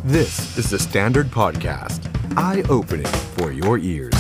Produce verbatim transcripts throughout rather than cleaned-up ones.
This is the Standard Podcast. Eye-opening for your ears.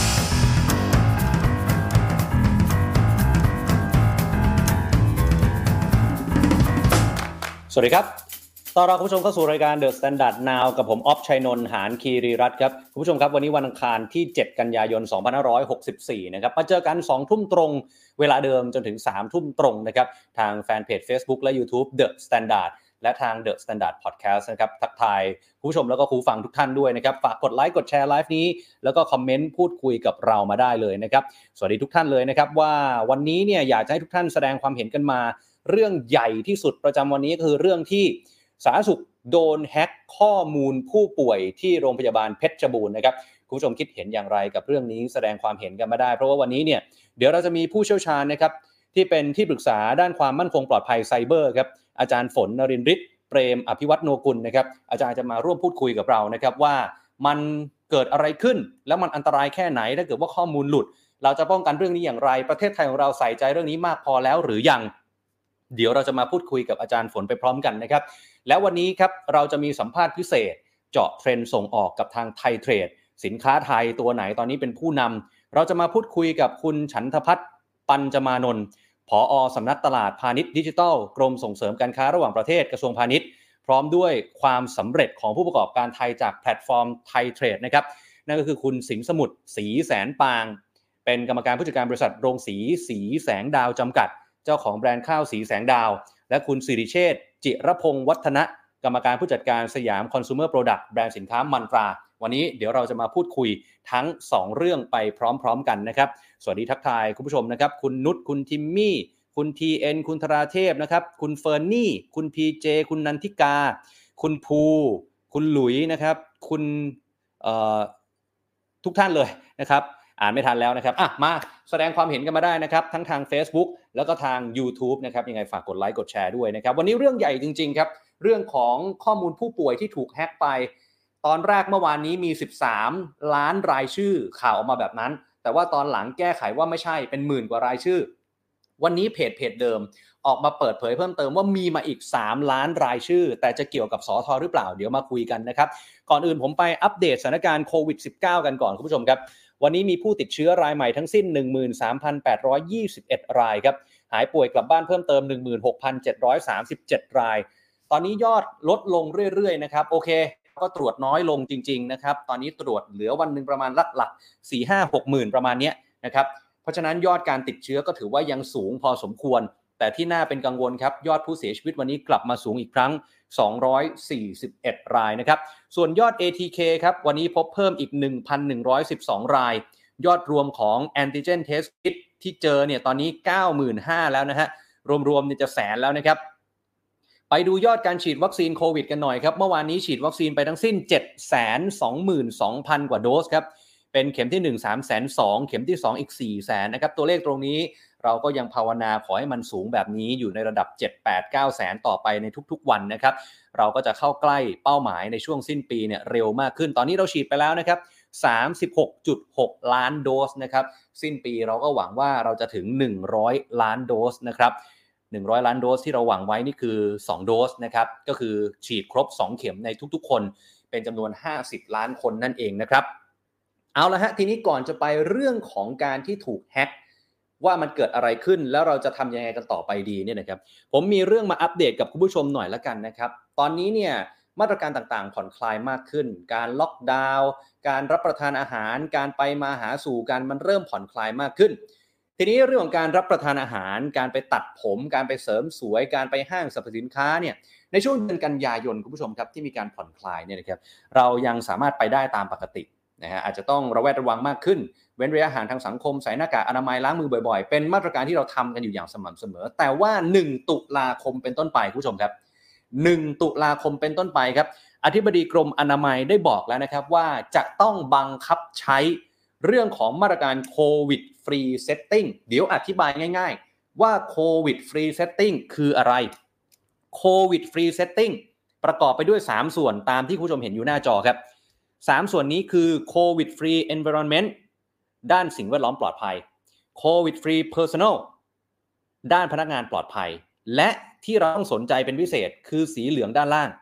สวัสดีครับต้อนรับคุณผู้ชมเข้าสู่รายการ The Standard Now กับผมอ๊อฟชัยนนท์หานคีรีรัตน์ครับคุณผู้ชมครับวันนี้วันอังคารที่เจ็ดกันยายนสองพันห้าร้อยหกสิบสี่นะครับมาเจอกัน สองทุ่มตรงเวลาเดิมจนถึง สามทุ่มตรงนะครับทางแฟนเพจ Facebook และ YouTube The Standard และทาง The Standard Podcast นะครับทักทายคุณผู้ชมแล้วก็ผู้ฟังทุกท่านด้วยนะครับฝากกดไลค์กดแชร์ไลฟ์นี้แล้วก็คอมเมนต์พูดคุยกับเรามาได้เลยนะครับสวัสดีทุกท่านเลยนะครับว่าวันนี้เนี่ยอยากจะให้ทุกท่านแสดงความเห็นกันมาเรื่องใหญ่ที่สุดประจำวันนี้ก็คือเรื่องที่สาธารณสุขโดนแฮ็กข้อมูลผู้ป่วยที่โรงพยาบาลเพชรบูรณ์นะครับคุณผู้ชมคิดเห็นอย่างไรกับเรื่องนี้แสดงความเห็นกันมาได้เพราะว่าวันนี้เนี่ยเดี๋ยวเราจะมีผู้เชี่ยวชาญนะครับที่เป็นที่ปรึกษาด้านความมั่นคงปลอดภัยไซเบอร์ครับอาจารย์ฝนนรินทร์ฤทธิ์เปรมอภิวัฒโนกุลนะครับอาจารย์จะมาร่วมพูดคุยกับเรานะครับว่ามันเกิดอะไรขึ้นแล้วมันอันตรายแค่ไหนถ้าเกิดว่าข้อมูลหลุดเราจะป้องกันเรื่องนี้อย่างไรประเทศไทยของเราใส่ใจเรื่องนี้มากพอแล้วหรือยังเดี๋ยวเราจะมาพูดคุยกับอาจารย์ฝนไปพร้อมกันนะครับแล้ววันนี้ครับเราจะมีสัมภาษณ์พิเศษเจาะเทรนด์ส่งออกกับทางไทยเทรดสินค้าไทยตัวไหนตอนนี้เป็นผู้นำเราจะมาพูดคุยกับคุณฉันทพัฒน์ปัญจมานนท์ผอ.สำนักตลาดพาณิชย์ดิจิทัลกรมส่งเสริมการค้าระหว่างประเทศกระทรวงพาณิชย์พร้อมด้วยความสำเร็จของผู้ประกอบการไทยจากแพลตฟอร์มไทยเทรดนะครับนั่นก็คือคุณสิงห์สมุทรศรีแสนปางเป็นกรรมการผู้จัดการบริษัทโรงสีสีแสงดาวจำกัดเจ้าของแบรนด์ข้าวสีแสงดาวและคุณสิริเชษฐ์จิรพงษ์วัฒนะกรรมการผู้จัดการสยามคอน sumer product แบรนด์สินค้ามันตราวันนี้เดี๋ยวเราจะมาพูดคุยทั้งสองเรื่องไปพร้อมๆกันนะครับสวัสดีทักทายคุณผู้ชมนะครับคุณนุชคุณทิมมี่คุณ ที เอ็น คุณธราเทพนะครับคุณเฟิร์นนี่คุณ พี เจ คุณนันทิกาคุณภูคุณหลุยนะครับคุณเอ่อทุกท่านเลยนะครับอ่านไม่ทันแล้วนะครับอ่ะมาแสดงความเห็นกันมาได้นะครับทั้งทาง Facebook แล้วก็ทาง YouTube นะครับยังไงฝากกดไลค์กดแชร์ด้วยนะครับวันนี้เรื่องใหญ่จริงๆครับเรื่องของข้อมูลผู้ป่วยที่ถูกแฮ็กไปตอนแรกเมื่อวานนี้มีสิบสามล้านรายชื่อข่าวออกมาแบบนั้นแต่ว่าตอนหลังแก้ไขว่าไม่ใช่เป็นหมื่นกว่ารายชื่อวันนี้เพจเพจเดิมออกมาเปิดเผยเพิ่มเติมว่ามีมาอีกสามล้านรายชื่อแต่จะเกี่ยวกับสทหรือเปล่าเดี๋ยวมาคุยกันนะครับก่อนอื่นผมไปอัปเดตสถานการณ์โควิด สิบเก้า กันก่อนคุณผู้ชมครับวันนี้มีผู้ติดเชื้อรายใหม่ทั้งสิ้น หนึ่งหมื่นสามพันแปดร้อยยี่สิบเอ็ด รายครับหายป่วยกลับบ้านเพิ่มเติม หนึ่งหมื่นหกพันเจ็ดร้อยสามสิบเจ็ด รายตอนนี้ยอดลดลงเรื่อยๆนะครับโอเคก็ตรวจน้อยลงจริงๆนะครับตอนนี้ตรวจเหลือวันนึงประมาณหลักๆ สี่ ห้า หกหมื่นประมาณเนี้ยนะครับเพราะฉะนั้นยอดการติดเชื้อก็ถือว่ายังสูงพอสมควรแต่ที่น่าเป็นกังวลครับยอดผู้เสียชีวิตวันนี้กลับมาสูงอีกครั้งสองร้อยสี่สิบเอ็ดรายนะครับส่วนยอด เอ ที เค ครับวันนี้พบเพิ่มอีก หนึ่งพันหนึ่งร้อยสิบสอง รายยอดรวมของ Antigen Test Kit ที่เจอเนี่ยตอนนี้ เก้าหมื่นห้าพัน แล้วนะฮะรวมๆเนี่ยจะแสนแล้วนะครับไปดูยอดการฉีดวัคซีนโควิดกันหน่อยครับเมื่อวานนี้ฉีดวัคซีนไปทั้งสิ้น เจ็ดแสนสองหมื่นสองพัน กว่าโดสครับเป็นเข็มที่หนึ่ง สามแสนสองหมื่น เข็มที่สองอีก สี่แสนนะครับตัวเลขตรงนี้เราก็ยังภาวนาขอให้มันสูงแบบนี้อยู่ในระดับ เจ็ด แปด เก้า แสนต่อไปในทุกๆวันนะครับเราก็จะเข้าใกล้เป้าหมายในช่วงสิ้นปีเนี่ยเร็วมากขึ้นตอนนี้เราฉีดไปแล้วนะครับ สามสิบหกจุดหก ล้านโดสนะครับสิ้นปีเราก็หวังว่าเราจะถึงหนึ่งร้อยล้านโดสนะครับหนึ่งร้อยล้านโดสที่เราหวังไว้นี่คือสองโดสนะครับก็คือฉีดครบสองเข็มในทุกๆคนเป็นจำนวนห้าสิบล้านคนนั่นเองนะครับเอาละฮะทีนี้ก่อนจะไปเรื่องของการที่ถูกแฮ็กว่ามันเกิดอะไรขึ้นแล้วเราจะทำยังไงกันต่อไปดีเนี่ยนะครับผมมีเรื่องมาอัปเดตกับคุณผู้ชมหน่อยละกันนะครับตอนนี้เนี่ยมาตรการต่างๆผ่อนคลายมากขึ้นการล็อกดาวน์การรับประทานอาหารการไปมาหาสู่กันมันเริ่มผ่อนคลายมากขึ้นทีนี้เรื่องของการรับประทานอาหารการไปตัดผมการไปเสริมสวยการไปห้างสรรพสินค้าเนี่ยในช่วงเดือนกันยายนคุณผู้ชมครับที่มีการผ่อนคลายเนี่ยนะครับเรายังสามารถไปได้ตามปกตินะฮะอาจจะต้องระแวดระวังมากขึ้นเว้นระยะห่างทางสังคมใส่หน้ากากอนามัยล้างมือบ่อยๆเป็นมาตรการที่เราทำกันอยู่อย่างสม่ำเสมอแต่ว่าหนึ่งตุลาคมเป็นต้นไปคุณผู้ชมครับหนึ่งตุลาคมเป็นต้นไปครับอธิบดีกรมอนามัยได้บอกแล้วนะครับว่าจะต้องบังคับใช้เรื่องของมาตรการโควิดฟรีเซตติ้งเดี๋ยวอธิบายง่ายๆว่าโควิดฟรีเซตติ้งคืออะไรโควิดฟรีเซตติ้งประกอบไปด้วยสามส่วนตามที่คุณผู้ชมเห็นอยู่หน้าจอครับสามส่วนนี้คือ COVID Free Environment ด้านสิ่งแวดล้อมปลอดภัย COVID Free Personnel ด้านพนักงานปลอดภัยและที่เราต้องสนใจเป็นพิเศษคือสีเหลืองด้านล่าง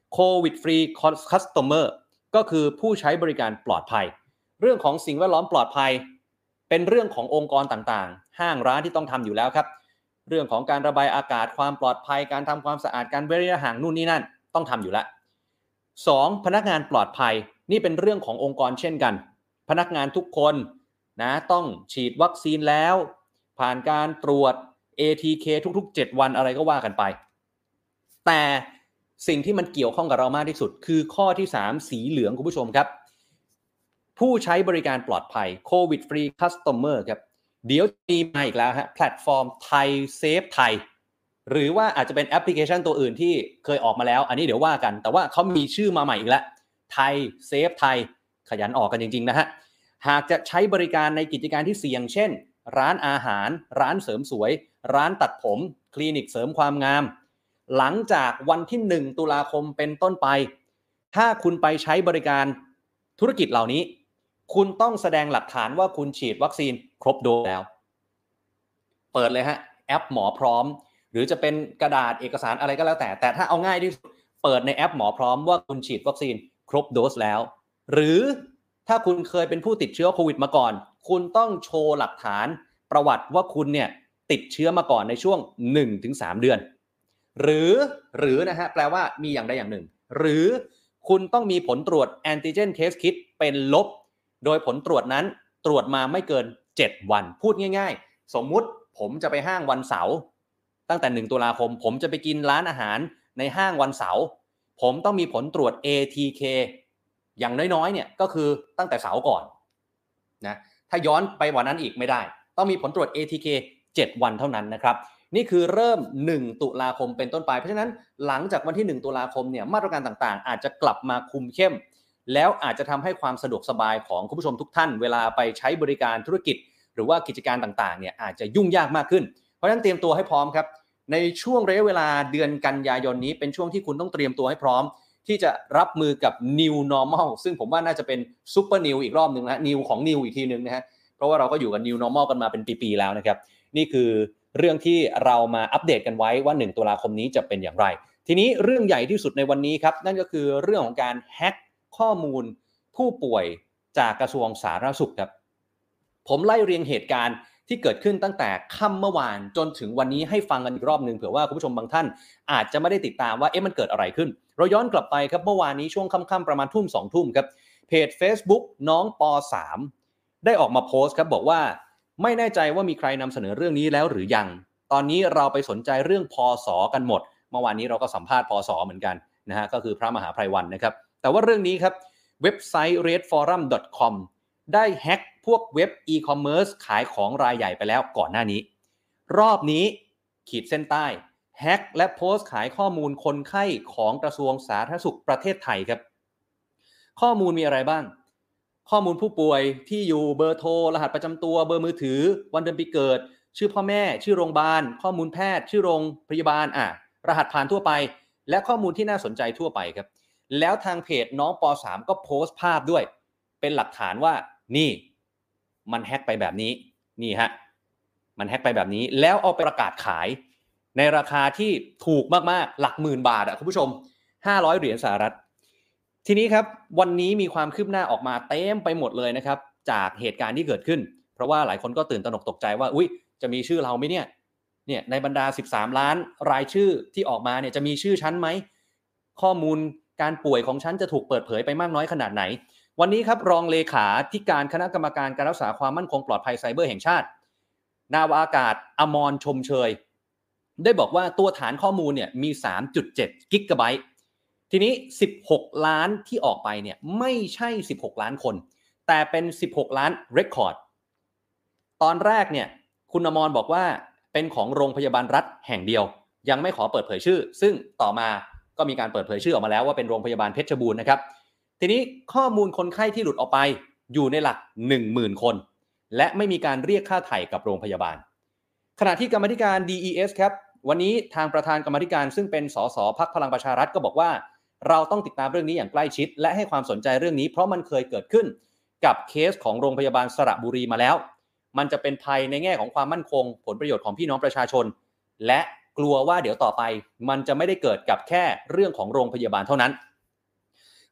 COVID Free Customer ก็คือผู้ใช้บริการปลอดภัยเรื่องของสิ่งแวดล้อมปลอดภัยเป็นเรื่องขององค์กรต่างๆห้างร้านที่ต้องทำอยู่แล้วครับเรื่องของการระบายอากาศความปลอดภัยการทำความสะอาดการเว้นระยะห่างนู่นนี่นั่นต้องทำอยู่แล้วสองพนักงานปลอดภัยนี่เป็นเรื่องขององค์กรเช่นกันพนักงานทุกคนนะต้องฉีดวัคซีนแล้วผ่านการตรวจ เอ ที เค ทุกๆเจ็ดวันอะไรก็ว่ากันไปแต่สิ่งที่มันเกี่ยวข้องกับเรามากที่สุดคือข้อที่สามสีเหลืองคุณผู้ชมครับผู้ใช้บริการปลอดภัย COVID Free Customer ครับเดี๋ยวมีมาอีกแล้วฮะแพลตฟอร์มไทยเซฟไทยหรือว่าอาจจะเป็นแอปพลิเคชันตัวอื่นที่เคยออกมาแล้วอันนี้เดี๋ยวว่ากันแต่ว่าเขามีชื่อมาใหม่อีกแล้วไทยเซฟไทยขยันออกกันจริงๆนะฮะหากจะใช้บริการในกิจการที่เสี่ยงเช่นร้านอาหารร้านเสริมสวยร้านตัดผมคลินิกเสริมความงามหลังจากวันที่หนึ่งตุลาคมเป็นต้นไปถ้าคุณไปใช้บริการธุรกิจเหล่านี้คุณต้องแสดงหลักฐานว่าคุณฉีดวัคซีนครบโดสแล้วเปิดเลยฮะแอปหมอพร้อมหรือจะเป็นกระดาษเอกสารอะไรก็แล้วแต่แต่ถ้าเอาง่ายที่สุดเปิดในแอปหมอพร้อมว่าคุณฉีดวัคซีนครบโดสแล้วหรือถ้าคุณเคยเป็นผู้ติดเชื้อโควิดมาก่อนคุณต้องโชว์หลักฐานประวัติว่าคุณเนี่ยติดเชื้อมาก่อนในช่วง หนึ่งถึงสาม เดือนหรือหรือนะฮะแปลว่ามีอย่างใดอย่างหนึ่งหรือคุณต้องมีผลตรวจแอนติเจนเทสคิทเป็นลบโดยผลตรวจนั้นตรวจมาไม่เกินเจ็ดวันพูดง่ายๆสมมุติผมจะไปห้างวันเสาร์ตั้งแต่หนึ่งตุลาคมผมจะไปกินร้านอาหารในห้างวันเสาร์ผมต้องมีผลตรวจ เอ ที เค อย่างน้อยๆเนี่ยก็คือตั้งแต่เสาร์ก่อนนะถ้าย้อนไปวันนั้นอีกไม่ได้ต้องมีผลตรวจ เอ ที เค เจ็ดวันเท่านั้นนะครับนี่คือเริ่มหนึ่งตุลาคมเป็นต้นไปเพราะฉะนั้นหลังจากวันที่หนึ่งตุลาคมเนี่ยมาตรการต่างๆอาจจะกลับมาคุมเข้มแล้วอาจจะทำให้ความสะดวกสบายของคุณผู้ชมทุกท่านเวลาไปใช้บริการธุรกิจหรือว่ากิจการต่างๆเนี่ยอาจจะยุ่งยากมากขึ้นเพราะฉะนั้นเตรียมตัวให้พร้อมครับในช่วงระยะเวลาเดือนกันยายนนี้เป็นช่วงที่คุณต้องเตรียมตัวให้พร้อมที่จะรับมือกับ New Normal ซึ่งผมว่าน่าจะเป็น Super New อีกรอบนึงนะ New ของ New อีกทีนึงนะฮะเพราะว่าเราก็อยู่กับ New Normal กันมาเป็นปีๆแล้วนะครับนี่คือเรื่องที่เรามาอัปเดตกันไว้ว่าหนึ่งตุลาคมนี้จะเป็นอย่างไรทีนี้เรื่องใหญ่ที่สุดในวันนี้ครับนั่นก็คือเรื่องของการแฮ็กข้อมูลผู้ป่วยจากกระทรวงสาธารณสุขครับผมไล่เรียงเหตุการณ์ที่เกิดขึ้นตั้งแต่ค่ำเมื่อวานจนถึงวันนี้ให้ฟังกันอีกรอบนึงเผื่อว่าคุณผู้ชมบางท่านอาจจะไม่ได้ติดตามว่าเอ๊ะมันเกิดอะไรขึ้นเราย้อนกลับไปครับเมื่อวานนี้ช่วงค่ำๆประมาณทุ่มสองทุ่มครับเพจ Facebook น้องป สาม ได้ออกมาโพสต์ครับบอกว่าไม่แน่ใจว่ามีใครนำเสนอเรื่องนี้แล้วหรือยังตอนนี้เราไปสนใจเรื่องพศกันหมดเมื่อวานนี้เราก็สัมภาษณ์พศเหมือนกันนะฮะก็คือพระมหาไพรวันนะครับแต่ว่าเรื่องนี้ครับเว็บไซต์ เรด ฟอรัม ดอท คอม ได้แฮ็กพวกเว็บอีคอมเมิร์ซขายของรายใหญ่ไปแล้วก่อนหน้านี้รอบนี้ขีดเส้นใต้แฮ็กและโพสต์ขายข้อมูลคนไข้ของกระทรวงสาธารณสุขประเทศไทยครับข้อมูลมีอะไรบ้างข้อมูลผู้ป่วยที่อยู่เบอร์โทรรหัสประจำตัวเบอร์มือถือวันเดือนปีเกิดชื่อพ่อแม่ชื่อโรงพยาบาลข้อมูลแพทย์ชื่อโรงพยาบาลอ่ะรหัสผ่านทั่วไปและข้อมูลที่น่าสนใจทั่วไปครับแล้วทางเพจน้องป สาม ก็โพสต์ภาพด้วยเป็นหลักฐานว่านี่มันแฮ็กไปแบบนี้นี่ฮะมันแฮ็กไปแบบนี้แล้วเอาไปประกาศขายในราคาที่ถูกมากๆหลักหมื่นบาทอ่ะคุณผู้ชมห้าร้อยเหรียญสหรัฐทีนี้ครับวันนี้มีความคืบหน้าออกมาเต็มไปหมดเลยนะครับจากเหตุการณ์ที่เกิดขึ้นเพราะว่าหลายคนก็ตื่นตระหนกตกใจว่าอุ๊ยจะมีชื่อเราไหมเนี่ยเนี่ยในบรรดาสิบสามล้านรายชื่อที่ออกมาเนี่ยจะมีชื่อฉันไหมข้อมูลการป่วยของฉันจะถูกเปิดเผยไปมากน้อยขนาดไหนวันนี้ครับรองเลขาธิการคณะกรรมการการรักษาความมั่นคงปลอดภัยไซเบอร์แห่งชาตินาวาอากาศอมรชมเชยได้บอกว่าตัวฐานข้อมูลเนี่ยมี สามจุดเจ็ด กิกะไบต์ทีนี้สิบหกล้านที่ออกไปเนี่ยไม่ใช่สิบหกล้านคนแต่เป็นสิบหกล้านเรคคอร์ดตอนแรกเนี่ยคุณอมรบอกว่าเป็นของโรงพยาบาลรัฐแห่งเดียวยังไม่ขอเปิดเผยชื่อซึ่งต่อมาก็มีการเปิดเผยชื่อออกมาแล้วว่าเป็นโรงพยาบาลเพชรบูรณ์นะครับทีนี้ข้อมูลคนไข้ที่หลุดออกไปอยู่ในหลัก หนึ่งหมื่น คนและไม่มีการเรียกค่าไถ่กับโรงพยาบาลขณะที่กรรมาธิการ ดี อี เอส ครับวันนี้ทางประธานกรรมาธิการซึ่งเป็นสสพรรคพลังประชารัฐก็บอกว่าเราต้องติดตามเรื่องนี้อย่างใกล้ชิดและให้ความสนใจเรื่องนี้เพราะมันเคยเกิดขึ้นกับเคสของโรงพยาบาลสระบุรีมาแล้วมันจะเป็นภัยในแง่ของความมั่นคงผลประโยชน์ของพี่น้องประชาชนและกลัวว่าเดี๋ยวต่อไปมันจะไม่ได้เกิดกับแค่เรื่องของโรงพยาบาลเท่านั้น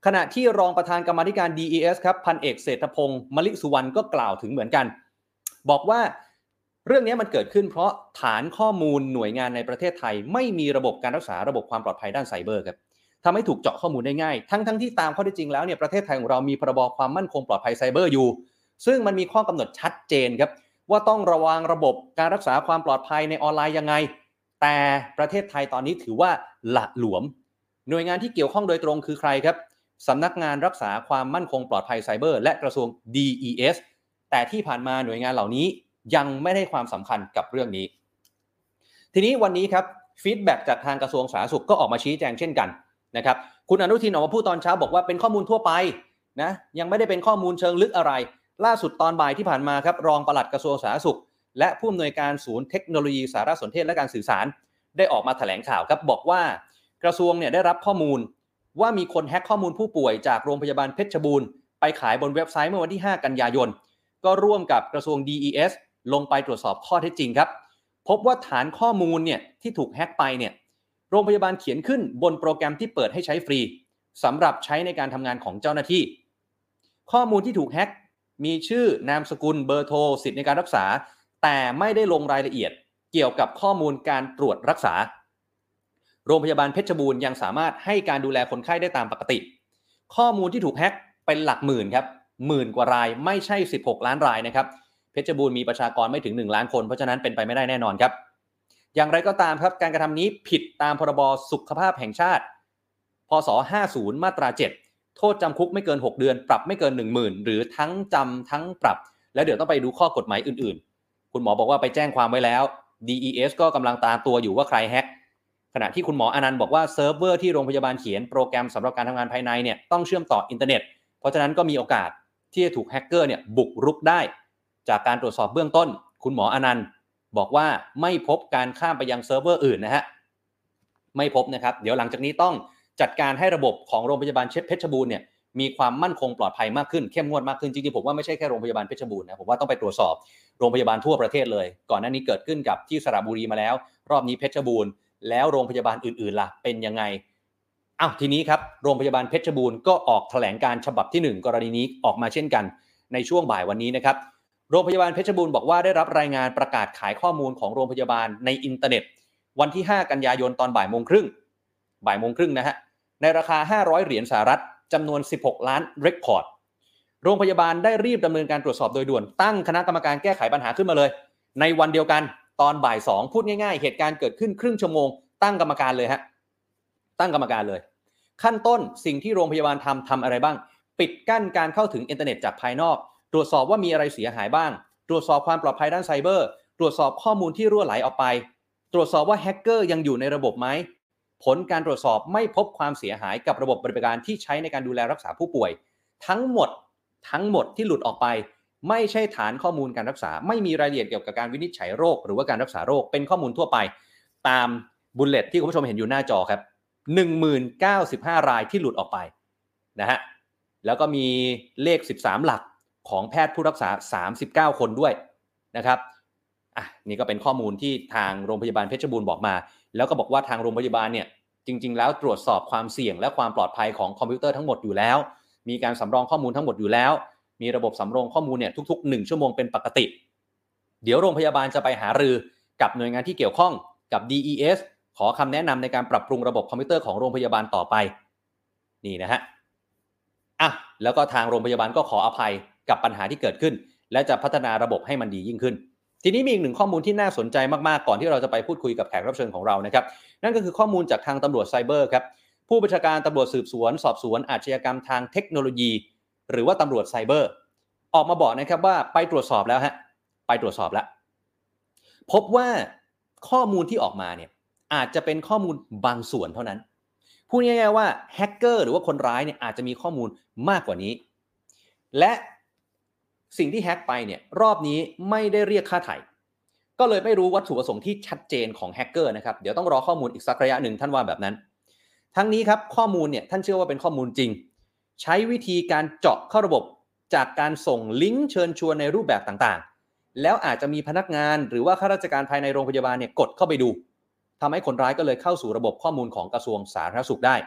ขณะที่รองประธานกรรมาธิการ ดี อี เอส ครับพันเอกเศรษฐพงศ์มลิสุวรรณก็กล่าวถึงเหมือนกันบอกว่าเรื่องนี้มันเกิดขึ้นเพราะฐานข้อมูลหน่วยงานในประเทศไทยไม่มีระบบการรักษาระบบความปลอดภัยด้านไซเบอร์ครับทำให้ถูกเจาะข้อมูลได้ง่ายทั้งทั้งที่ตามข้อเท็จจริงแล้วเนี่ยประเทศไทยของเรามีพรบความมั่นคงปลอดภัยไซเบอร์อยู่ซึ่งมันมีข้อกำหนดชัดเจนครับว่าต้องระวังระบบการรักษาความปลอดภัยในออนไลน์ยังไงแต่ประเทศไทยตอนนี้ถือว่าหละหลวมหน่วยงานที่เกี่ยวข้องโดยตรงคือใครครับสำนักงานรักษาความมั่นคงปลอดภัยไซเบอร์และกระทรวง ดี อี เอส แต่ที่ผ่านมาหน่วยงานเหล่านี้ยังไม่ได้ความสำคัญกับเรื่องนี้ทีนี้วันนี้ครับฟีดแบ็กจากทางกระทรวงสาธารณสุขก็ออกมาชี้แจงเช่นกันนะครับคุณอนุทินออกมาพูดตอนเช้าบอกว่าเป็นข้อมูลทั่วไปนะยังไม่ได้เป็นข้อมูลเชิงลึกอะไรล่าสุดตอนบ่ายที่ผ่านมาครับรองปลัดกระทรวงสาธารณสุขและผู้อำนวยการศูนย์เทคโนโลยีสารสนเทศและการสื่อสารได้ออกมาแถลงข่าวครับบอกว่ากระทรวงเนี่ยได้รับข้อมูลว่ามีคนแฮ็กข้อมูลผู้ป่วยจากโรงพยาบาลเพชรบูรณ์ไปขายบนเว็บไซต์เมื่อวันที่ห้ากันยายนก็ร่วมกับกระทรวง ดี อี เอส ลงไปตรวจสอบข้อเท็จจริงครับพบว่าฐานข้อมูลเนี่ยที่ถูกแฮ็กไปเนี่ยโรงพยาบาลเขียนขึ้นบนโปรแกรมที่เปิดให้ใช้ฟรีสำหรับใช้ในการทำงานของเจ้าหน้าที่ข้อมูลที่ถูกแฮ็กมีชื่อนามสกุลเบอร์โทรสิทธิ์ในการรักษาแต่ไม่ได้ลงรายละเอียดเกี่ยวกับข้อมูลการตรวจรักษาโรงพยาบาลเพชรบูรณ์ยังสามารถให้การดูแลคนไข้ได้ตามปกติข้อมูลที่ถูกแฮ็กเป็นหลักหมื่นครับหมื่นกว่ารายไม่ใช่สิบหกล้านรายนะครับเพชรบูรณ์มีประชากรไม่ถึงหนึ่งล้านคนเพราะฉะนั้นเป็นไปไม่ได้แน่นอนครับอย่างไรก็ตามครับการกระทำนี้ผิดตามพรบสุขภาพแห่งชาติพ.ศ. ห้าสิบมาตราเจ็ดโทษจำคุกไม่เกินหกเดือนปรับไม่เกิน หนึ่งหมื่น หรือทั้งจำทั้งปรับและเดี๋ยวต้องไปดูข้อกฎหมายอื่นๆคุณหมอบอกว่าไปแจ้งความไว้แล้ว ดี อี เอส ก็กำลังตามตัวอยู่ว่าใครแฮ็กขณะที่คุณหมออนันต์บอกว่าเซิร์ฟเวอร์ที่โรงพยาบาลเขียนโปรแกรมสำหรับการทำงานภายในเนี่ยต้องเชื่อมต่ออินเทอร์เน็ตเพราะฉะนั้นก็มีโอกาสที่จะถูกแฮกเกอร์เนี่ยบุกรุกได้จากการตรวจสอบเบื้องต้นคุณหมออนันต์บอกว่าไม่พบการข้ามไปยังเซิร์ฟเวอร์อื่นนะฮะไม่พบนะครับเดี๋ยวหลังจากนี้ต้องจัดการให้ระบบของโรงพยาบาลเพชรบูรณ์เนี่ยมีความมั่นคงปลอดภัยมากขึ้นเข้มงวดมากขึ้นจริงๆผมว่าไม่ใช่แค่โรงพยาบาลเพชรบูรณ์นะผมว่าต้องไปตรวจสอบโรงพยาบาลทั่วประเทศเลยก่อนหน้านี้เกิดขึ้นกับที่สระบุรีมาแล้วรอบนี้เพชรบูรณ์แล้วโรงพยาบาลอื่นๆล่ะเป็นยังไงอ้าวทีนี้ครับโรงพยาบาลเพชรบูรณ์ก็ออกแถลงการฉบับที่หนึ่งกรณีนี้ออกมาเช่นกันในช่วงบ่ายวันนี้นะครับโรงพยาบาลเพชรบูรณ์บอกว่าได้รับรายงานประกาศขายข้อมูลของโรงพยาบาลในอินเทอร์เน็ตวันที่ห้ากันยายนตอนบ่ายโมงครึ่งบ่ายโมงครึ่งนะฮะในราคาห้าร้อยเหรียญสหรัฐจำนวนสิบหกล้านเรคคอร์ดโรงพยาบาลได้รีบดำเนินการตรวจสอบโดยด่วนตั้งคณะกรรมการแก้ไขปัญหาขึ้นมาเลยในวันเดียวกันตอนบ่ายสองพูดง่ายๆเหตุการณ์เกิดขึ้นครึ่งชั่วโมงตั้งกรรมการเลยฮะตั้งกรรมการเลยขั้นต้นสิ่งที่โรงพยาบาลทำทำอะไรบ้างปิดกั้นการเข้าถึงอินเทอร์เน็ตจากภายนอกตรวจสอบว่ามีอะไรเสียหายบ้างตรวจสอบความปลอดภัยด้านไซเบอร์ตรวจสอบข้อมูลที่รั่วไหลออกไปตรวจสอบว่าแฮกเกอร์ยังอยู่ในระบบไหมผลการตรวจสอบไม่พบความเสียหายกับระบบปฏิบัติการที่ใช้ในการดูแลรักษาผู้ป่วยทั้งหมดทั้งหมดที่หลุดออกไปไม่ใช่ฐานข้อมูลการรักษาไม่มีรายละเอียดเกี่ยวกับการวินิจฉัยโรคหรือว่าการรักษาโรคเป็นข้อมูลทั่วไปตามบุลเลตที่คุณผู้ชมเห็นอยู่หน้าจอครับ หนึ่งหมื่นเก้าสิบห้า รายที่หลุดออกไปนะฮะแล้วก็มีเลขสิบสามหลักของแพทย์ผู้รักษาสามสิบเก้าคนด้วยนะครับอ่ะนี่ก็เป็นข้อมูลที่ทางโรงพยาบาลเพชรบูรณ์บอกมาแล้วก็บอกว่าทางโรงพยาบาลเนี่ยจริงๆแล้วตรวจสอบความเสี่ยงและความปลอดภัยของคอมพิวเตอร์ทั้งหมดอยู่แล้วมีการสำรองข้อมูลทั้งหมดอยู่แล้วมีระบบสำรองข้อมูลเนี่ยทุกๆหนึ่งชั่วโมงเป็นปกติเดี๋ยวโรงพยาบาลจะไปหารือกับหน่วยงานที่เกี่ยวข้องกับ ดี อี เอส ขอคำแนะนำในการปรับปรุงระบบคอมพิวเตอร์ของโรงพยาบาลต่อไปนี่นะฮะอ่ะแล้วก็ทางโรงพยาบาลก็ขออภัยกับปัญหาที่เกิดขึ้นและจะพัฒนาระบบให้มันดียิ่งขึ้นทีนี้มีอีกหนึ่งข้อมูลที่น่าสนใจมากๆก่อนที่เราจะไปพูดคุยกับแขกรับเชิญของเรานะครับนั่นก็คือข้อมูลจากทางตำรวจไซเบอร์ครับผู้บัญชาการตำรวจสืบสวนสอบสวนอาชญากรรมทางเทคโนโลยีหรือว่าตำรวจไซเบอร์ออกมาบอกนะครับว่าไปตรวจสอบแล้วฮะไปตรวจสอบแล้วพบว่าข้อมูลที่ออกมาเนี่ยอาจจะเป็นข้อมูลบางส่วนเท่านั้นพูดง่ายๆว่าแฮกเกอร์หรือว่าคนร้ายเนี่ยอาจจะมีข้อมูลมากกว่านี้และสิ่งที่แฮกไปเนี่ยรอบนี้ไม่ได้เรียกค่าไถ่ก็เลยไม่รู้วัตถุประสงค์ที่ชัดเจนของแฮกเกอร์นะครับเดี๋ยวต้องรอข้อมูลอีกสักระยะหนึ่งท่านว่าแบบนั้นทั้งนี้ครับข้อมูลเนี่ยท่านเชื่อว่าเป็นข้อมูลจริงใช้วิธีการเจาะเข้าระบบจากการส่งลิงก์เชิญชวนในรูปแบบต่างๆแล้วอาจจะมีพนักงานหรือว่าข้าราชการภายในโรงพยาบาลเนี่ยกดเข้าไปดูทำให้คนร้ายก็เลยเข้าสู่ระบบข้อมูลของกระทรวงสาธารณสุขได้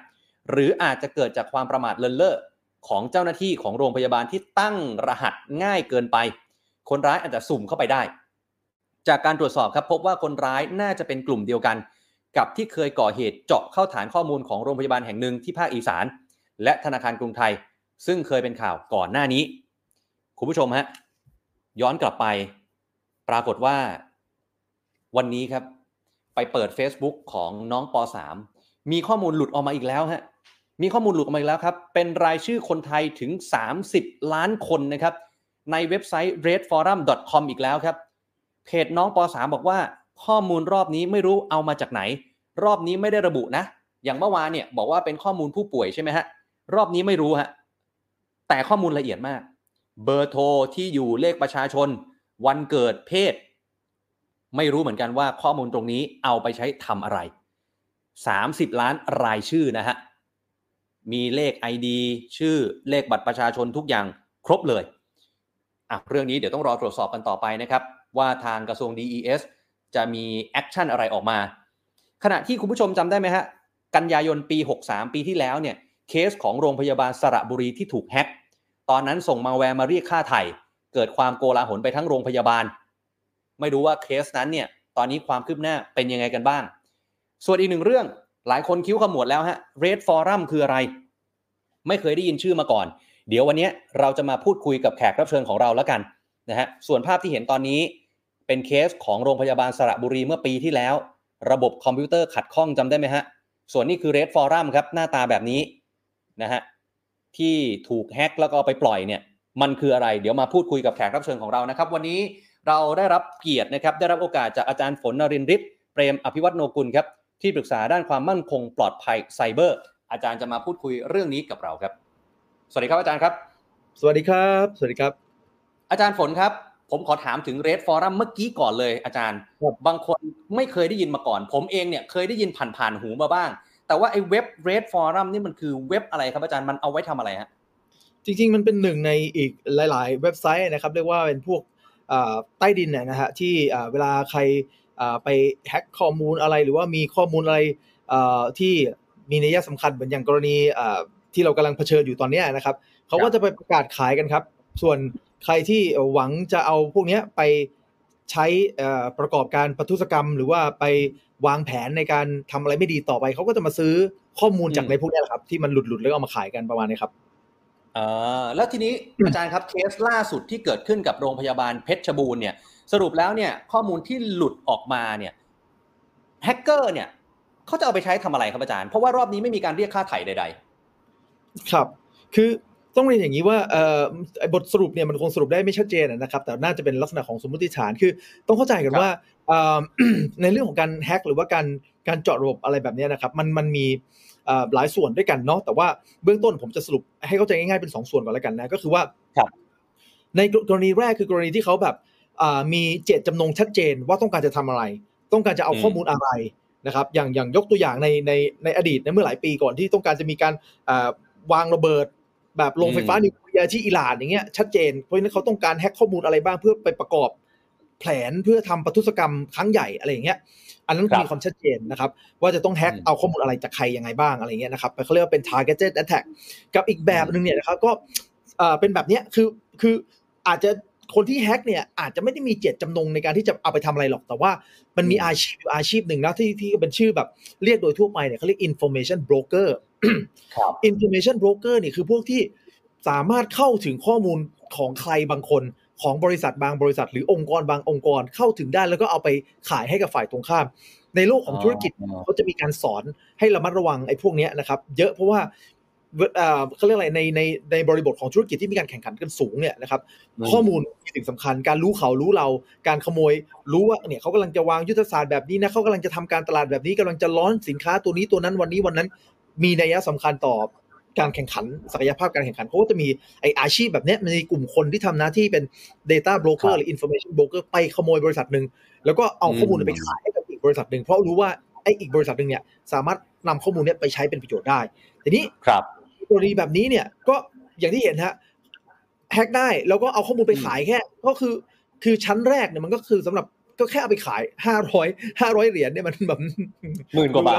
หรืออาจจะเกิดจากความประมาทเลินเล่อของเจ้าหน้าที่ของโรงพยาบาลที่ตั้งรหัสง่ายเกินไปคนร้ายอาจจะสุ่มเข้าไปได้จากการตรวจสอบครับพบว่าคนร้ายน่าจะเป็นกลุ่มเดียวกันกับที่เคยก่อเหตุเจาะเข้าฐานข้อมูลของโรงพยาบาลแห่งหนึ่งที่ภาคอีสานและธนาคารกรุงไทยซึ่งเคยเป็นข่าวก่อนหน้านี้คุณผู้ชมฮะย้อนกลับไปปรากฏว่าวันนี้ครับไปเปิด Facebook ของน้องป .สาม มีข้อมูลหลุดออกมาอีกแล้วฮะมีข้อมูลหลุดออกมาอีกแล้วครับเป็นรายชื่อคนไทยถึงสามสิบล้านคนนะครับในเว็บไซต์ เรด ฟอรัม ดอท คอม อีกแล้วครับเพจน้องป .สาม บอกว่าข้อมูลรอบนี้ไม่รู้เอามาจากไหนรอบนี้ไม่ได้ระบุนะอย่างเมื่อวานเนี่ยบอกว่าเป็นข้อมูลผู้ป่วยใช่ไหมฮะรอบนี้ไม่รู้ฮะแต่ข้อมูลละเอียดมากเบอร์โทรที่อยู่เลขประชาชนวันเกิดเพศไม่รู้เหมือนกันว่าข้อมูลตรงนี้เอาไปใช้ทำอะไรสามสิบล้านรายชื่อนะฮะมีเลข ไอ ดี ชื่อเลขบัตรประชาชนทุกอย่างครบเลยอ่ะเรื่องนี้เดี๋ยวต้องรอตรวจสอบกันต่อไปนะครับว่าทางกระทรวง ดี อี เอส จะมีแอคชั่นอะไรออกมาขณะที่คุณผู้ชมจำได้ไหมฮะกันยายนปีหกสามปีที่แล้วเนี่ยเคสของโรงพยาบาลสระบุรีที่ถูกแฮ็กตอนนั้นส่งมาแวร์มาเรียกค่าไถ่เกิดความโกลาหลไปทั้งโรงพยาบาลไม่รู้ว่าเคสนั้นเนี่ยตอนนี้ความคืบหน้าเป็นยังไงกันบ้างส่วนอีกหนึ่งเรื่องหลายคนคิ้วขมวดแล้วฮะ Red Forum คืออะไรไม่เคยได้ยินชื่อมาก่อนเดี๋ยววันนี้เราจะมาพูดคุยกับแขกรับเชิญของเราแล้วกันนะฮะส่วนภาพที่เห็นตอนนี้เป็นเคสของโรงพยาบาลสระบุรีเมื่อปีที่แล้วระบบคอมพิวเตอร์ขัดข้องจำได้ไหมฮะส่วนนี้คือ Red Forum ครับหน้าตาแบบนี้นะฮะที่ถูกแฮ็กแล้วก็ไปปล่อยเนี่ยมันคืออะไรเดี๋ยวมาพูดคุยกับแขกรับเชิญของเรานะครับวันนี้เราได้รับเกียรตินะครับได้รับโอกาสจากอาจารย์ฝนนรินทร์ฤทธิ์เปรมอภิวัฒโนกุลครับที่ปรึกษาด้านความมั่นคงปลอดภัยไซเบอร์อาจารย์จะมาพูดคุยเรื่องนี้กับเราครับสวัสดีครับอาจารย์ครับสวัสดีครับสวัสดีครับอาจารย์ฝนครับผมขอถามถึง Red Forum เมื่อกี้ก่อนเลยอาจารย์บางคนไม่เคยได้ยินมาก่อนผมเองเนี่ยเคยได้ยินผ่านๆหูมาบ้างแต่ว่าไอ้เว็บ Red Forum นี่มันคือเว็บอะไรครับอาจารย์มันเอาไว้ทำอะไรฮะจริงๆมันเป็นหนึ่งในอีกหลายๆเว็บไซต์นะครับเรียกว่าเป็นพวกใต้ดินนะฮะที่เวลาใครไปแฮ็กข้อมูลอะไรหรือว่ามีข้อมูลอะไรที่มีนัยสำคัญเหมือนอย่างกรณีที่เรากำลังเผชิญอยู่ตอนนี้นะครับเขาก็จะไปประกาศขายกันครับส่วนใครที่หวังจะเอาพวกนี้ไปใช้ประกอบการประทุษกรรมหรือว่าไปวางแผนในการทำอะไรไม่ดีต่อไปเขาก็จะมาซื้อข้อมูลจากในพวกนี้แหละครับที่มันหลุดๆแล้วเอามาขายกันประมาณนี้ครับอ่าแล้วทีนี้อาจารย์ครับเคสล่าสุดที่เกิดขึ้นกับโรงพยาบาลเพชรบูรณ์เนี่ยสรุปแล้วเนี่ยข้อมูลที่หลุดออกมาเนี่ยแฮกเกอร์เนี่ยเขาจะเอาไปใช้ทำอะไรครับอาจารย์เพราะว่ารอบนี้ไม่มีการเรียกค่าไถ่ใดๆครับคือต้องเรียนอย่างนี้ว่าเอ่อบทสรุปเนี่ยมันคงสรุปได้ไม่ชัดเจนนะครับแต่น่าจะเป็นลักษณะของสมมติฐานคือต้องเข้าใจกันว่าในเรื่องของการแฮกหรือว่าการการเจาะระบบอะไรแบบนี้นะครับมันมันมีหลายส่วนด้วยกันเนาะแต่ว่าเบื้องต้นผมจะสรุปให้เข้าใจง่ายๆเป็นสองส่วนก่อนแล้วกันนะก็คือว่าในกรณีแรกคือกรณีที่เขาแบบมีเจตจำนงชัดเจนว่าต้องการจะทำอะไรต้องการจะเอาข้อมูลอะไรนะครับอย่างอย่างยกตัวอย่างในในในอดีตในเมื่อหลายปีก่อนที่ต้องการจะมีการวางระเบิดแบบโรงไฟฟ้านิวเคลียร์ที่อิหร่านอย่างเงี้ยชัดเจนเพราะฉะนั้นเขาต้องการแฮ็กข้อมูลอะไรบ้างเพื่อไปประกอบแผนเพื่อทำปทุษกรรมครั้งใหญ่อะไรอย่างเงี้ยอันนั้นมีความชัดเจนนะครับว่าจะต้องแฮ็กเอาข้อมูลอะไรจากใครยังไงบ้างอะไรเงี้ยนะครับเขาเรียกว่าเป็น targeted attack กับอีกแบบนึงเนี่ยนะครับก็เป็นแบบเนี้ยคือคืออาจจะคนที่แฮ็กเนี่ยอาจจะไม่ได้มีเจตจำนงในการที่จะเอาไปทำอะไรหรอกแต่ว่ามันมีอาชีพอาชีพหนึ่งนะที่ที่เป็นชื่อแบบเรียกโดยทั่วไปเนี่ยเขาเรียก information broker information broker เนี่ยคือพวกที่สามารถเข้าถึงข้อมูลของใครบางคนของบริษัทบางบริษัทหรือองค์กรบางองค์กรเข้าถึงได้แล้วก็เอาไปขายให้กับฝ่ายตรงข้ามในโลกของธุรกิจเขาจะมีการสอนให้ระมัดระวังไอ้พวกนี้นะครับเยอะเพราะว่าเขาเรียกอะไรในในในบริบทของธุรกิจที่มีการแข่งขันกันสูงเนี่ยนะครับข้อมูลมีสิ่งสำคัญการรู้เขารู้เราการขโมยรู้ว่าเนี่ยเขากำลังจะวางยุทธศาสตร์แบบนี้นะเขากำลังจะทำการตลาดแบบนี้กำลังจะล้อนสินค้าตัวนี้ตัวนั้นวันนี้วันนั้นมีนัยสำคัญต่อการแข่งขันศักยภาพการแข่งขันเขาก็จะมีไออาชีพแบบนี้มันมีกลุ่มคนที่ทำหน้าที่เป็น data broker หรือ information broker ไปขโมยบริษัทนึงแล้วก็เอาข้อมูลไปขายให้กับอีกบริษัทนึงเพราะรู้ว่าไออีกบริษัทนึงเนี่ยสามารถนำข้อมูลนี้ไปใช้เป็นประโยชน์ได้ทีนี้กรณีแบบนี้เนี่ยก็อย่างที่เห็นฮะแฮกได้แล้วก็เอาข้อมูลไปขายแค่ก็คือคือชั้นแรกเนี่ยมันก็คือสำหรับก็แค่เอาไปขายห้าร้อย ห้าร้อยเหรียญเนี่ยมันแบบหมื่นกว่าบาท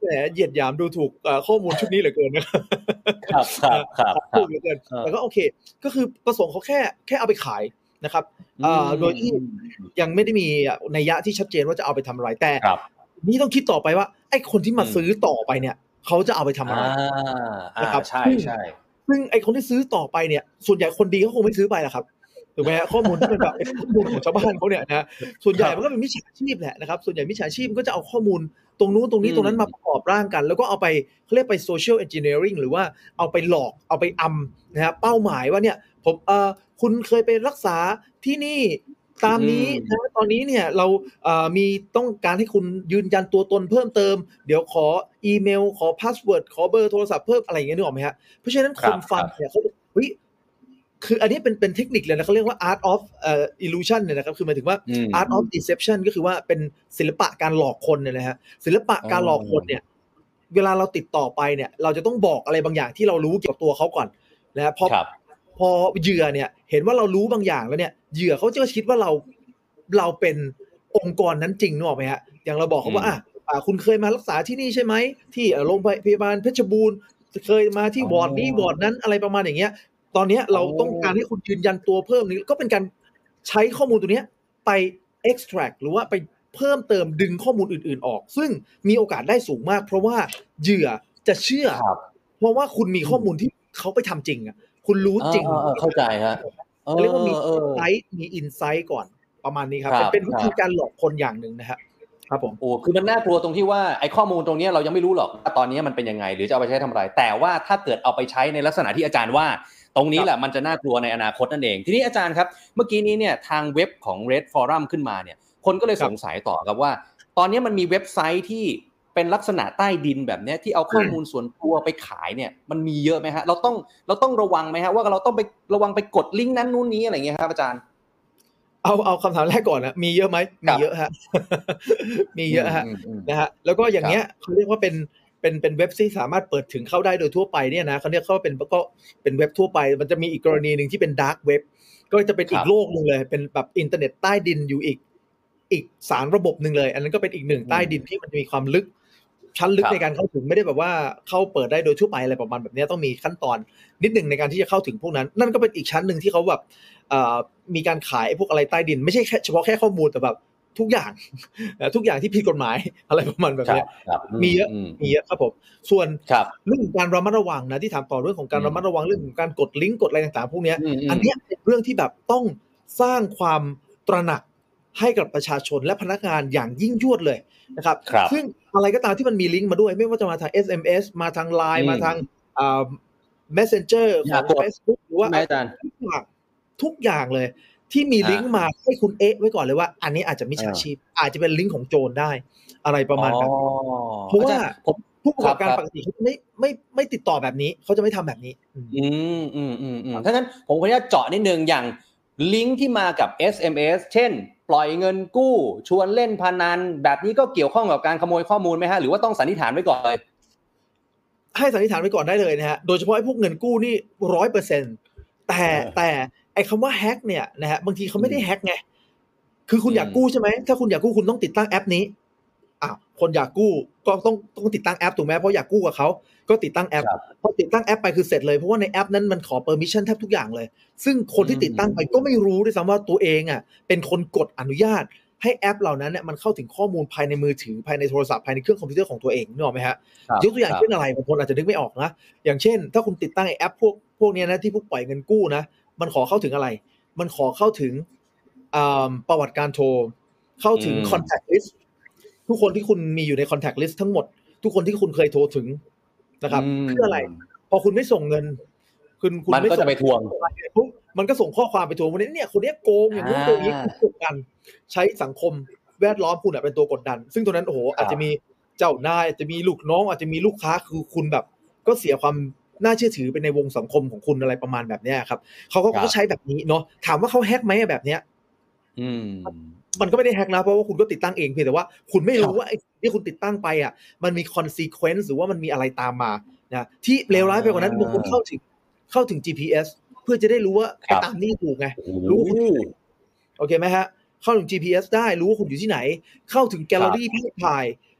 แหมเหยียดหยามดูถูกข้อมูลชุดนี้เหลือเกินนะครับครับครับพูดเหลือเกินแต่ก็โอเคก็คือประสงค์เขาแค่แค่เอาไปขายนะครับโดยที่ยังไม่ได้มีนัยยะที่ชัดเจนว่าจะเอาไปทำอะไรแต่นี่ต้องคิดต่อไปว่าไอ้คนที่มาซื้อต่อไปเนี่ยเขาจะเอาไปทำอะไรนะครับใช่ใช่ซึ่งไอ้คนที่ซื้อต่อไปเนี่ยส่วนใหญ่คนดีเขาคงไม่ซื้อไปหรอกครับถูกไหมฮะข้อมูลที่เป็นแบบเป็นข้อมูลของชาวบ้านเขาเนี่ยนะส่วนใหญ่มันก็เป็นมิจฉาชีพแหละนะครับส่วนใหญ่มิจฉาชีพก็จะเอาข้อมูลตรงนู้นตรงนี้ตรงนั้นมาประกอบร่างกันแล้วก็เอาไปเขาเรียกไป social engineering หรือว่าเอาไปหลอกเอาไปอำนะฮะเป้าหมายว่าเนี่ยผมเอ่อคุณเคยไปรักษาที่นี่ตามนี้นะตอนนี้เนี่ยเราเอ่อมีต้องการให้คุณยืนยันตัวตนเพิ่มเติมเดี๋ยวขออีเมลขอพาสเวิร์ดขอเบอร์โทรศัพท์เพิ่มอะไรอย่างเงี้ยนึกออกไหมฮะเพราะฉะนั้นคนฟังเนี่ยเขาเฮ้ยคืออันนี้เป็นเป็นเทคนิคเลยนะเขาเรียกว่า art of เอ่อ illusion เนี่ยนะครับคือหมายถึงว่า art of deception ก็คือว่าเป็นศิลปะการหลอกคนเนี่ยนะฮะศิลปะการหลอกคนเนี่ยเวลาเราติดต่อไปเนี่ยเราจะต้องบอกอะไรบางอย่างที่เรารู้เกี่ยวกับตัวเขาก่อนนะพอพอเหยื่อเนี่ยเห็นว่าเรารู้บางอย่างแล้วเนี่ยเหยื่อเขาจะคิดว่าเราเราเป็นองค์กรนั้นจริงนึกออกไหมฮะอย่างเราบอกเขาว่าอ่ะคุณเคยมารักษาที่นี่ใช่ไหมที่โรงพยาบาลเพชรบูรณ์เคยมาที่วอร์ดนี้วอร์ดนั้นอะไรประมาณอย่างเงี้ยตอนนี้เราต้องการให้คุณยืนยันตัวเพิ่มนี้ก็เป็นการใช้ข้อมูลตัวนี้ไป extract หรือว่าไปเพิ่มเติมดึงข้อมูลอื่นๆออกซึ่งมีโอกาสได้สูงมากเพราะว่าเหยื่อจะเชื่อเพราะว่าคุณมีข้อมูลที่เขาไปทำจริงอ่ะคุณรู้จริงเข้าใจฮะเรียกว่ามีอินไซต์มีอินไซต์ก่อนประมาณนี้ครับเป็นวิธีการหลอกคนอย่างหนึ่งนะฮะครับผมโอ้คือมันน่ากลัวตรงที่ว่าไอ้ข้อมูลตรงนี้เรายังไม่รู้หรอกว่าตอนนี้มันเป็นยังไงหรือจะเอาไปใช้ทำอะไรแต่ว่าถ้าเกิดเอาไปใช้ในลักษณะที่อาจารย์ว่าตรงนี้แหละมันจะน่ากลัวในอนาคตนั่นเองทีนี้อาจารย์ครับเมื่อกี้นี้เนี่ยทางเว็บของ Red Forum ขึ้นมาเนี่ยคนก็เลยสงสัยต่อครับว่าตอนนี้มันมีเว็บไซต์ที่เป็นลักษณะใต้ดินแบบนี้ที่เอาข้อมูลส่วนตัวไปขายเนี่ยมันมีเยอะไหมฮะเราต้องเราต้องระวังไหมฮะว่าเราต้องไประวังไปกดลิงก์นั้นนู้นนี้อะไรเงี้ยครับอาจารย์เอาเอาคำถามแรกก่อนนะมีเยอะไหมมีเยอะฮะมีเยอะฮะนะฮะแล้วก็อย่างเงี้ยเขาเรียกว่าเป็นเป็นเป็นเว็บที่สามารถเปิดถึงเข้าได้โดยทั่วไปเนี่ยนะเขาเรียกเขาเป็นก็เป็นเว็บทั่วไปมันจะมีอีกกรณีนึงที่เป็นดาร์กเว็บก็จะเป็นอีกโลกนึงเลยเป็นแบบอินเทอร์เน็ตใต้ดินอยู่อีกอีกสารระบบนึงเลยอันนั้นก็เป็นอีกหนึ่งใต้ดินที่มันมีความลึกชั้นลึกในการเข้าถึงไม่ได้แบบว่าเข้าเปิดได้โดยทั่วไปอะไรประมาณแบบนี้ต้องมีขั้นตอนนิดหนึ่งในการที่จะเข้าถึงพวกนั้นนั่นก็เป็นอีกชั้นนึงที่เขาแบบมีการขายพวกอะไรใต้ดินไม่ใช่แค่เฉพาะแค่ข้อมูลแต่แบบทุกอย่างทุกอย่างที่ผิดกฎหมายอะไรประมาณแบบนี้มีเยอะมีเยอะครับผมส่วนเรื่องการระมัดระวังนะที่ถามต่อเรื่องของการระมัดระวังเรื่องของการกดลิงก์กดอะไรต่างๆพวกนี้อันนี้เป็นเรื่องที่แบบต้องสร้างความตระหนักให้กับประชาชนและพนักงานอย่างยิ่งยวดเลยนะครับซึ่งอะไรก็ตามที่มันมีลิงก์มาด้วยไม่ว่าจะมาทาง เอส เอ็ม เอส มาทาง ไลน์ มาทางอ่า Messenger ของ Facebook หรือว่าทุกอย่างทุกอย่างเลยที่มีลิงก์มาให้คุณเอ๊ะไว้ก่อนเลยว่าอันนี้อาจจะมิจฉาชีพอาจจะเป็นลิงก์ของโจรได้อะไรประมาณนั้นเพราะว่าผู้ประกอบการปกติเขาไม่ไม่ไม่ติดต่อแบบนี้เขาจะไม่ทำแบบนี้อืมอืมอืมอืมถ้างั้นผมขออนุญาตเจาะนิดนึงอย่างลิงก์ที่มากับ เอส เอ็ม เอส เช่นปล่อยเงินกู้ชวนเล่นพนันแบบนี้ก็เกี่ยวข้องกับการขโมยข้อมูลไหมฮะหรือว่าต้องสันนิษฐานไว้ก่อนเลยให้สันนิษฐานไว้ก่อนได้เลยนะฮะโดยเฉพาะไอ้พวกเงินกู้นี่ ร้อยเปอร์เซ็นต์ แต่แต่ไอ้คำว่าแฮ็กเนี่ยนะฮะบางทีเขาไม่ได้แฮ็กไงคือคุณอยากกู้ใช่ไหมถ้าคุณอยากกู้คุณต้องติดตั้งแอปนี้อ้าวคนอยากกู้ก็ต้องต้องติดตั้งแอปถูกไหมเพราะอยากกู้กับเขาก็ติดตั้งแอปพอติดตั้งแอปไปคือเสร็จเลยเพราะว่าในแอปนั้นมันขอ permission แทบทุกอย่างเลยซึ่งคนที่ติดตั้งไปก็ไม่รู้ด้วยซ้ำว่าตัวเองอ่ะเป็นคนกดอนุญาตให้แอปเหล่านั้นเนี่ยมันเข้าถึงข้อมูลภายในมือถือภายในโทรศัพท์ภายในเครื่องคอมพิวเตอร์ของตัวเองนึกออกไหมฮะยกตัวอย่างเช่นอะไรบางคนอาจจะนึกไม่ออกนะอย่างเช่นถ้าคุณติดตั้งไอ้แอปพวกพวกนี้นะที่พวกปล่อยเงินกู้นะมันขอเข้าถึงอะไรมันขอเข้าถึงประวัติการโทรเข้าถึง contact list ทุกคนที่คุณมีอยู่ใน contact list ทั้งหมดทุกคนที่คุณเคยโทรถึงนะครับเพื่ออะไรพอคุณไม่ส่งเงินคุณคุณไม่ส่งไปทวงปุ๊บมันก็ส่งข้อความไปทวงวันนี้เนี่ยคนนี้โกงอย่างนู้นอย่างนี้กดดันใช้สังคมแวดล้อมคุณเป็นตัวกดดันซึ่งตัวนั้นโอ้โหอาจจะมีเจ้านายอาจจะมีลูกน้องอาจจะมีลูกค้าคือคุณแบบก็เสียความน่าเชื่อถือไปในวงสังคมของคุณอะไรประมาณแบบนี้ครับเขาก็ใช้แบบนี้เนาะถามว่าเขาแฮกไหมแบบเนี้ยมันก็ไม่ได้แฮกนะเพราะว่าคุณก็ติดตั้งเองเพียงแต่ว่าคุณไม่รู้ว่าไอ้ที่คุณติดตั้งไปอ่ะมันมี consequence หรือว่ามันมีอะไรตามมานะที่เลวร้ายไปกว่านั้นบางคนเข้าถึงเข้าถึง จี พี เอส เพื่อจะได้รู้ว่าไปตามนี่ถูกไงรู้คุณโอเคไหมฮะเข้าถึง จี พี เอส ได้รู้ว่าคุณอยู่ที่ไหนเข้าถึงแกลเลอรี่ภาพถ่าย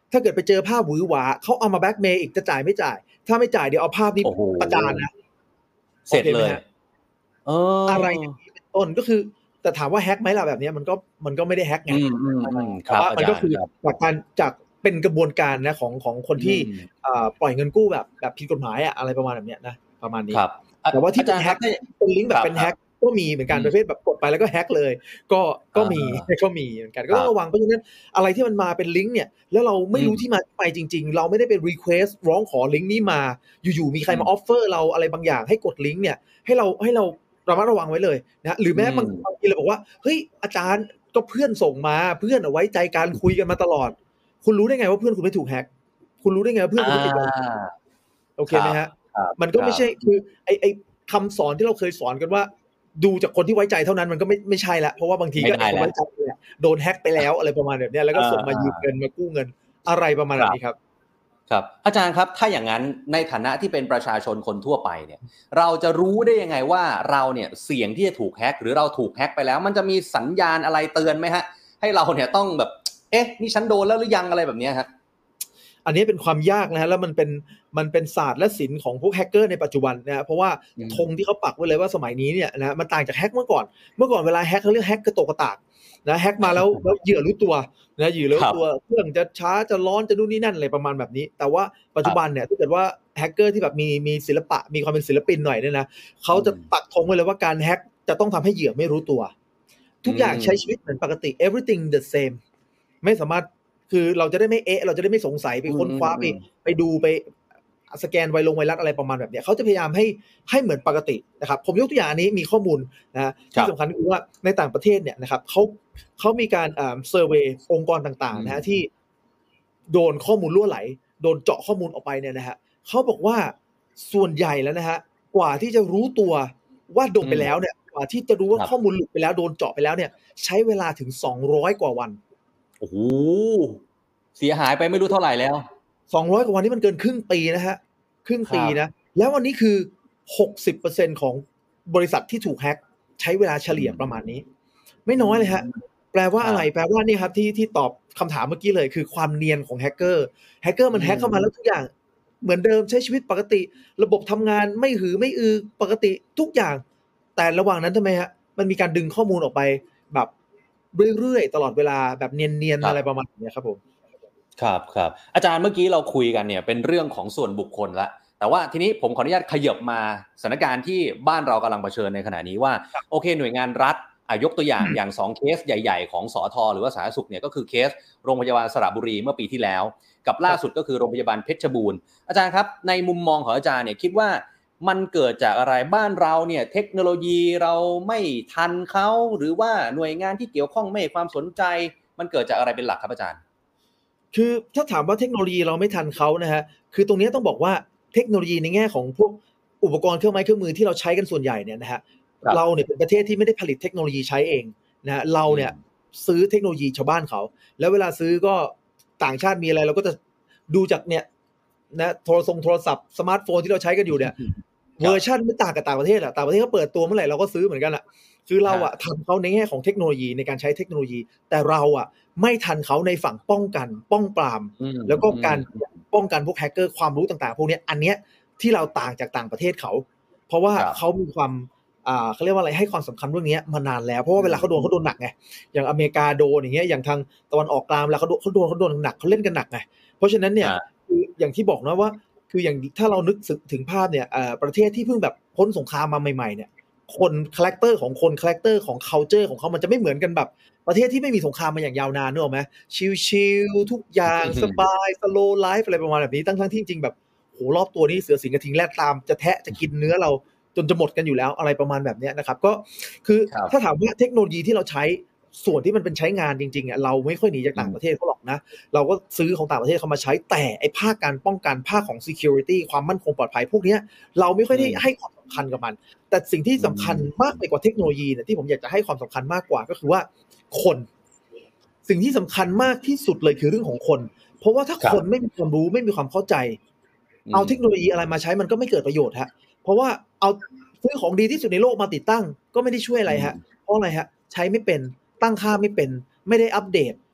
ถ้าเกิดไปเจอภาพหวือหวาเขาเอามาแบล็กเมย์อีกจะจ่ายไม่จ่ายถ้าไม่จ่ายเดี๋ยวเอาภาพนี้ประจานนะเสร็จเลยเอออะไรอย่างนี้เป็นต้นก็คือแต่ถามว่าแฮกไหมล่ะแบบนี้มันก็มันก็ไม่ได้แฮกไงแต่ว่ามันก็คือจากการจากเป็นกระบวนการนะของของคนที่ปล่อยเงินกู้แบบแบบผิดกฎหมายอะอะไรประมาณแบบนี้นะประมาณนี้แต่ว่าที่เป็นแฮกเป็นลิงก์แบบเป็นแฮกก็มีเหมือนกันประเภทแบบกดไปแล้วก็แฮกเลยก็ก็มีก็มีเหมือนกันก็ต้องระวังเพราะฉะนั้นอะไรที่มันมาเป็นลิงก์เนี่ยแล้วเราไม่รู้ที่มาที่ไปจริงๆเราไม่ได้เป็นรีเควสต์ร้องขอลิงก์นี้มาอยู่ๆมีใครมาออฟเฟอร์เราอะไรบางอย่างให้กดลิงก์เนี่ยให้เราให้เราระมัดระวังไว้เลยนะหรือแม้บางทีเราบอกว่าเฮ้ยอาจารย์ก็เพื่อนส่งมาเพื่อนเอาไว้ใจการคุยกันมาตลอดคุณรู้ได้ไงว่าเพื่อนคุณไม่ถูกแฮกคุณรู้ได้ไงว่าเพื่อนคุณไม่ติดโอเคไหมฮะมันก็ไม่ใช่คือไอไอคำสอนที่เราเคยสอนกันว่าดูจากคนที่ไว้ใจเท่านั้นมันก็ไม่ไม่ใช่ละเพราะว่าบางทีก็คนไว้ใจเนี่ยโดนแฮกไปแล้วอะไรประมาณแบบนี้แล้วก็ส่งมายืมเงินมากู้เงินอะไรประมาณนี้ครับครับอาจารย์ครับถ้าอย่างนั้นในฐานะที่เป็นประชาชนคนทั่วไปเนี่ยเราจะรู้ได้ยังไงว่าเราเนี่ยเสี่ยงที่จะถูกแฮกหรือเราถูกแฮกไปแล้วมันจะมีสัญญาณอะไรเตือนไหมฮะให้เราเนี่ยต้องแบบเอ๊ะนี่ฉันโดนแล้วหรือยังอะไรแบบนี้ฮะอันนี้เป็นความยากนะฮะแล้วมันเป็นมันเป็นศาสตร์และศิลป์ของพวกแฮกเกอร์ในปัจจุบันนะเพราะว่าธงที่เขาปักไว้เลยว่าสมัยนี้เนี่ยนะมันต่างจากแฮกเมื่อก่อนเมื่อก่อนเวลาแฮกเขาเรียกแฮกกระโตกกระตากนะแฮกมาแล้วแล้วเหยื่อรู้ตัวนะเหยื่อรู้ตัวเครื่องจะช้าจะร้อนจะนู่นนี่นั่นอะไรประมาณแบบนี้แต่ว่าปัจจุบันเนี่ยถ้าเกิดว่าแฮกเกอร์ที่แบบมีมีศิลปะมีความเป็นศิลปินหน่อยเนี่ยนะเขาจะปักธงไว้เลยว่าการแฮกจะต้องทำให้เหยื่อไม่รู้ตัวทุกอย่างใช้ชีวิตเหมือนปกติ everything the same ไม่สามารถคือเราจะได้ไม่เอะเราจะได้ไม่สงสัยไปค้นคว้าไปไปดูไปสแกนไวรัสไวรัสอะไรประมาณแบบนี้เขาจะพยายามให้ให้เหมือนปกตินะครับผมยกตัวอย่างอันนี้มีข้อมูลนะที่สำคัญคือว่าในต่างประเทศเนี่ยนะครับเขาเขามีการเอ่อเซอร์เวย์องค์กรต่างๆนะฮะที่โดนข้อมูลรั่วไหลโดนเจาะข้อมูลออกไปเนี่ยนะฮะเขาบอกว่าส่วนใหญ่แล้วนะฮะกว่าที่จะรู้ตัวว่าโดนไปแล้วเนี่ยกว่าที่จะรู้ว่าข้อมูลหลุดไปแล้วโดนเจาะไปแล้วเนี่ยใช้เวลาถึงสองร้อยกว่าวันโอ้โหเสียหายไปไม่รู้เท่าไหร่แล้วสองร้อยกว่าวันนี้มันเกินครึ่งปีนะฮะครึ่งปีนะแล้ววันนี้คือ หกสิบเปอร์เซ็นต์ ของบริษัทที่ถูกแฮกใช้เวลาเฉลี่ยประมาณนี้ไม่น้อยเลยฮะแปลว่าอะไรแปลว่านี่ครับที่ที่ตอบคำถามเมื่อกี้เลยคือความเนียนของแฮกเกอร์แฮกเกอร์มันแฮกเข้ามาแล้วทุกอย่างเหมือนเดิมใช้ชีวิตปกติระบบทำงานไม่หือไม่อือปกติทุกอย่างแต่ระหว่างนั้นทำไมฮะมันมีการดึงข้อมูลออกไปแบบเรื่อยๆตลอดเวลาแบบเนียนๆอะไรประมาณนี้ครับผมครับครับอาจารย์เมื่อกี้เราคุยกันเนี่ยเป็นเรื่องของส่วนบุคคลละแต่ว่าทีนี้ผมขออนุญาตขยับมาสถานการณ์ที่บ้านเรากำลังเผชิญในขณะนี้ว่าโอเคหน่วยงานรัฐยกตัวอย่างอย่างสองเคสใหญ่ๆของสทหรือว่าสาธารณสุขเนี่ยก็คือเคสโรงพยาบาลสระบุรีเมื่อปีที่แล้วกับล่าสุดก็คือโรงพยาบาลเพชรบูรณ์อาจารย์ครับในมุมมองของอาจารย์เนี่ยคิดว่ามันเกิดจากอะไรบ้านเราเนี่ยเทคโนโลยีเราไม่ทันเขาหรือว่าหน่วยงานที่เกี่ยวข้องไม่ให้ความสนใจมันเกิดจากอะไรเป็นหลักครับอาจารย์คือถ้าถามว่าเทคโนโลยีเราไม่ทันเขานะฮะคือตรงนี้ต้องบอกว่าเทคโนโลยีในแง่ของพวกอุปกรณ์เครื่องไม้เครื่องมือที่เราใช้กันส่วนใหญ่เนี่ยนะฮะเราเนี่ยเป็นประเทศที่ไม่ได้ผลิตเทคโนโลยีใช้เองนะฮะเราเนี่ยซื้อเทคโนโลยีชาวบ้านเขาแล้วเวลาซื้อก็ต่างชาติมีอะไรเราก็จะดูจากเนี่ยนะโทรศัพท์โทรศัพท์สมาร์ทโฟนที่เราใช้กันอยู่เนี่ยเวอร์ชันไม่ต่างกับต่างประเทศอะต่างประเทศก็เปิดตัวเมื่อไหร่เราก็ซื้อเหมือนกันอะคือเราอะทำเขาในแง่ของเทคโนโลยีในการใช้เทคโนโลยีแต่เราอะไม่ทันเขาในฝั่งป้องกันป้องปรามแล้วก็การป้องกันพวกแฮกเกอร์ความรู้ต่างๆพวกนี้อันเนี้ยที่เราต่างจากต่างประเทศเขาเพราะว่าเขามีความอ่าเขาเรียกว่าอะไรให้ความสำคัญเรื่องนี้มานานแล้วเพราะว่าเวลาเขาโดนเขาโดนหนักไงอย่างอเมริกาโดนอย่างเงี้ยอย่างทางตะวันออกกลางแล้วเขาโดนเขาโดนเขาโดนหนักเขาเล่นกันหนักไงเพราะฉะนั้นเนี่ยคืออย่างที่บอกนะว่าคืออย่างถ้าเรานึกถึงภาพเนี่ยประเทศที่เพิ่งแบบพ้นสงครามมาใหม่ๆเนี่ยคนคาแรคเตอร์ของคนคาแรคเตอร์ของ culture ของเขามันจะไม่เหมือนกันแบบประเทศที่ไม่มีสงครามมาอย่างยาวนานนึกออกไหมชิลๆทุกอย่างสบาย slow life อะไรประมาณแบบนี้ตั้งๆที่จริงแบบโหรอบตัวนี่เสือสิงกระทิงแรดตามจะแทะจะกินเนื้อเราจนจะหมดกันอยู่แล้วอะไรประมาณแบบนี้นะครับก็คือถ้าถามว่าเทคโนโลยีที่เราใช้ส่วนที่มันเป็นใช้งานจริงๆอ่ะเราไม่ค่อยหนีจากต่างประเทศเขาหรอกนะเราก็ซื้อของต่างประเทศเขามาใช้แต่ไอ้ภาคการป้องกันภาคของ security ความมั่นคงปลอดภัยพวกนี้เราไม่ค่อยได้ให้ความสำคัญกับมันแต่สิ่งที่สำคัญมากไปกว่าเทคโนโลยีเนี่ยที่ผมอยากจะให้ความสำคัญมากกว่าก็คือว่าคนสิ่งที่สำคัญมากที่สุดเลยคือเรื่องของคนเพราะว่าถ้าคนไม่มีความรู้ไม่มีความเข้าใจเอาเทคโนโลยีอะไรมาใช้มันก็ไม่เกิดประโยชน์ฮะเพราะว่าเอาซื้อของดีที่สุดในโลกมาติดตั้งก็ไม่ได้ช่วยอะไรฮะเพราะอะไรฮะใช้ไม่เป็นตั้งค่าไม่เป็นไม่ได้อัปเดตไม่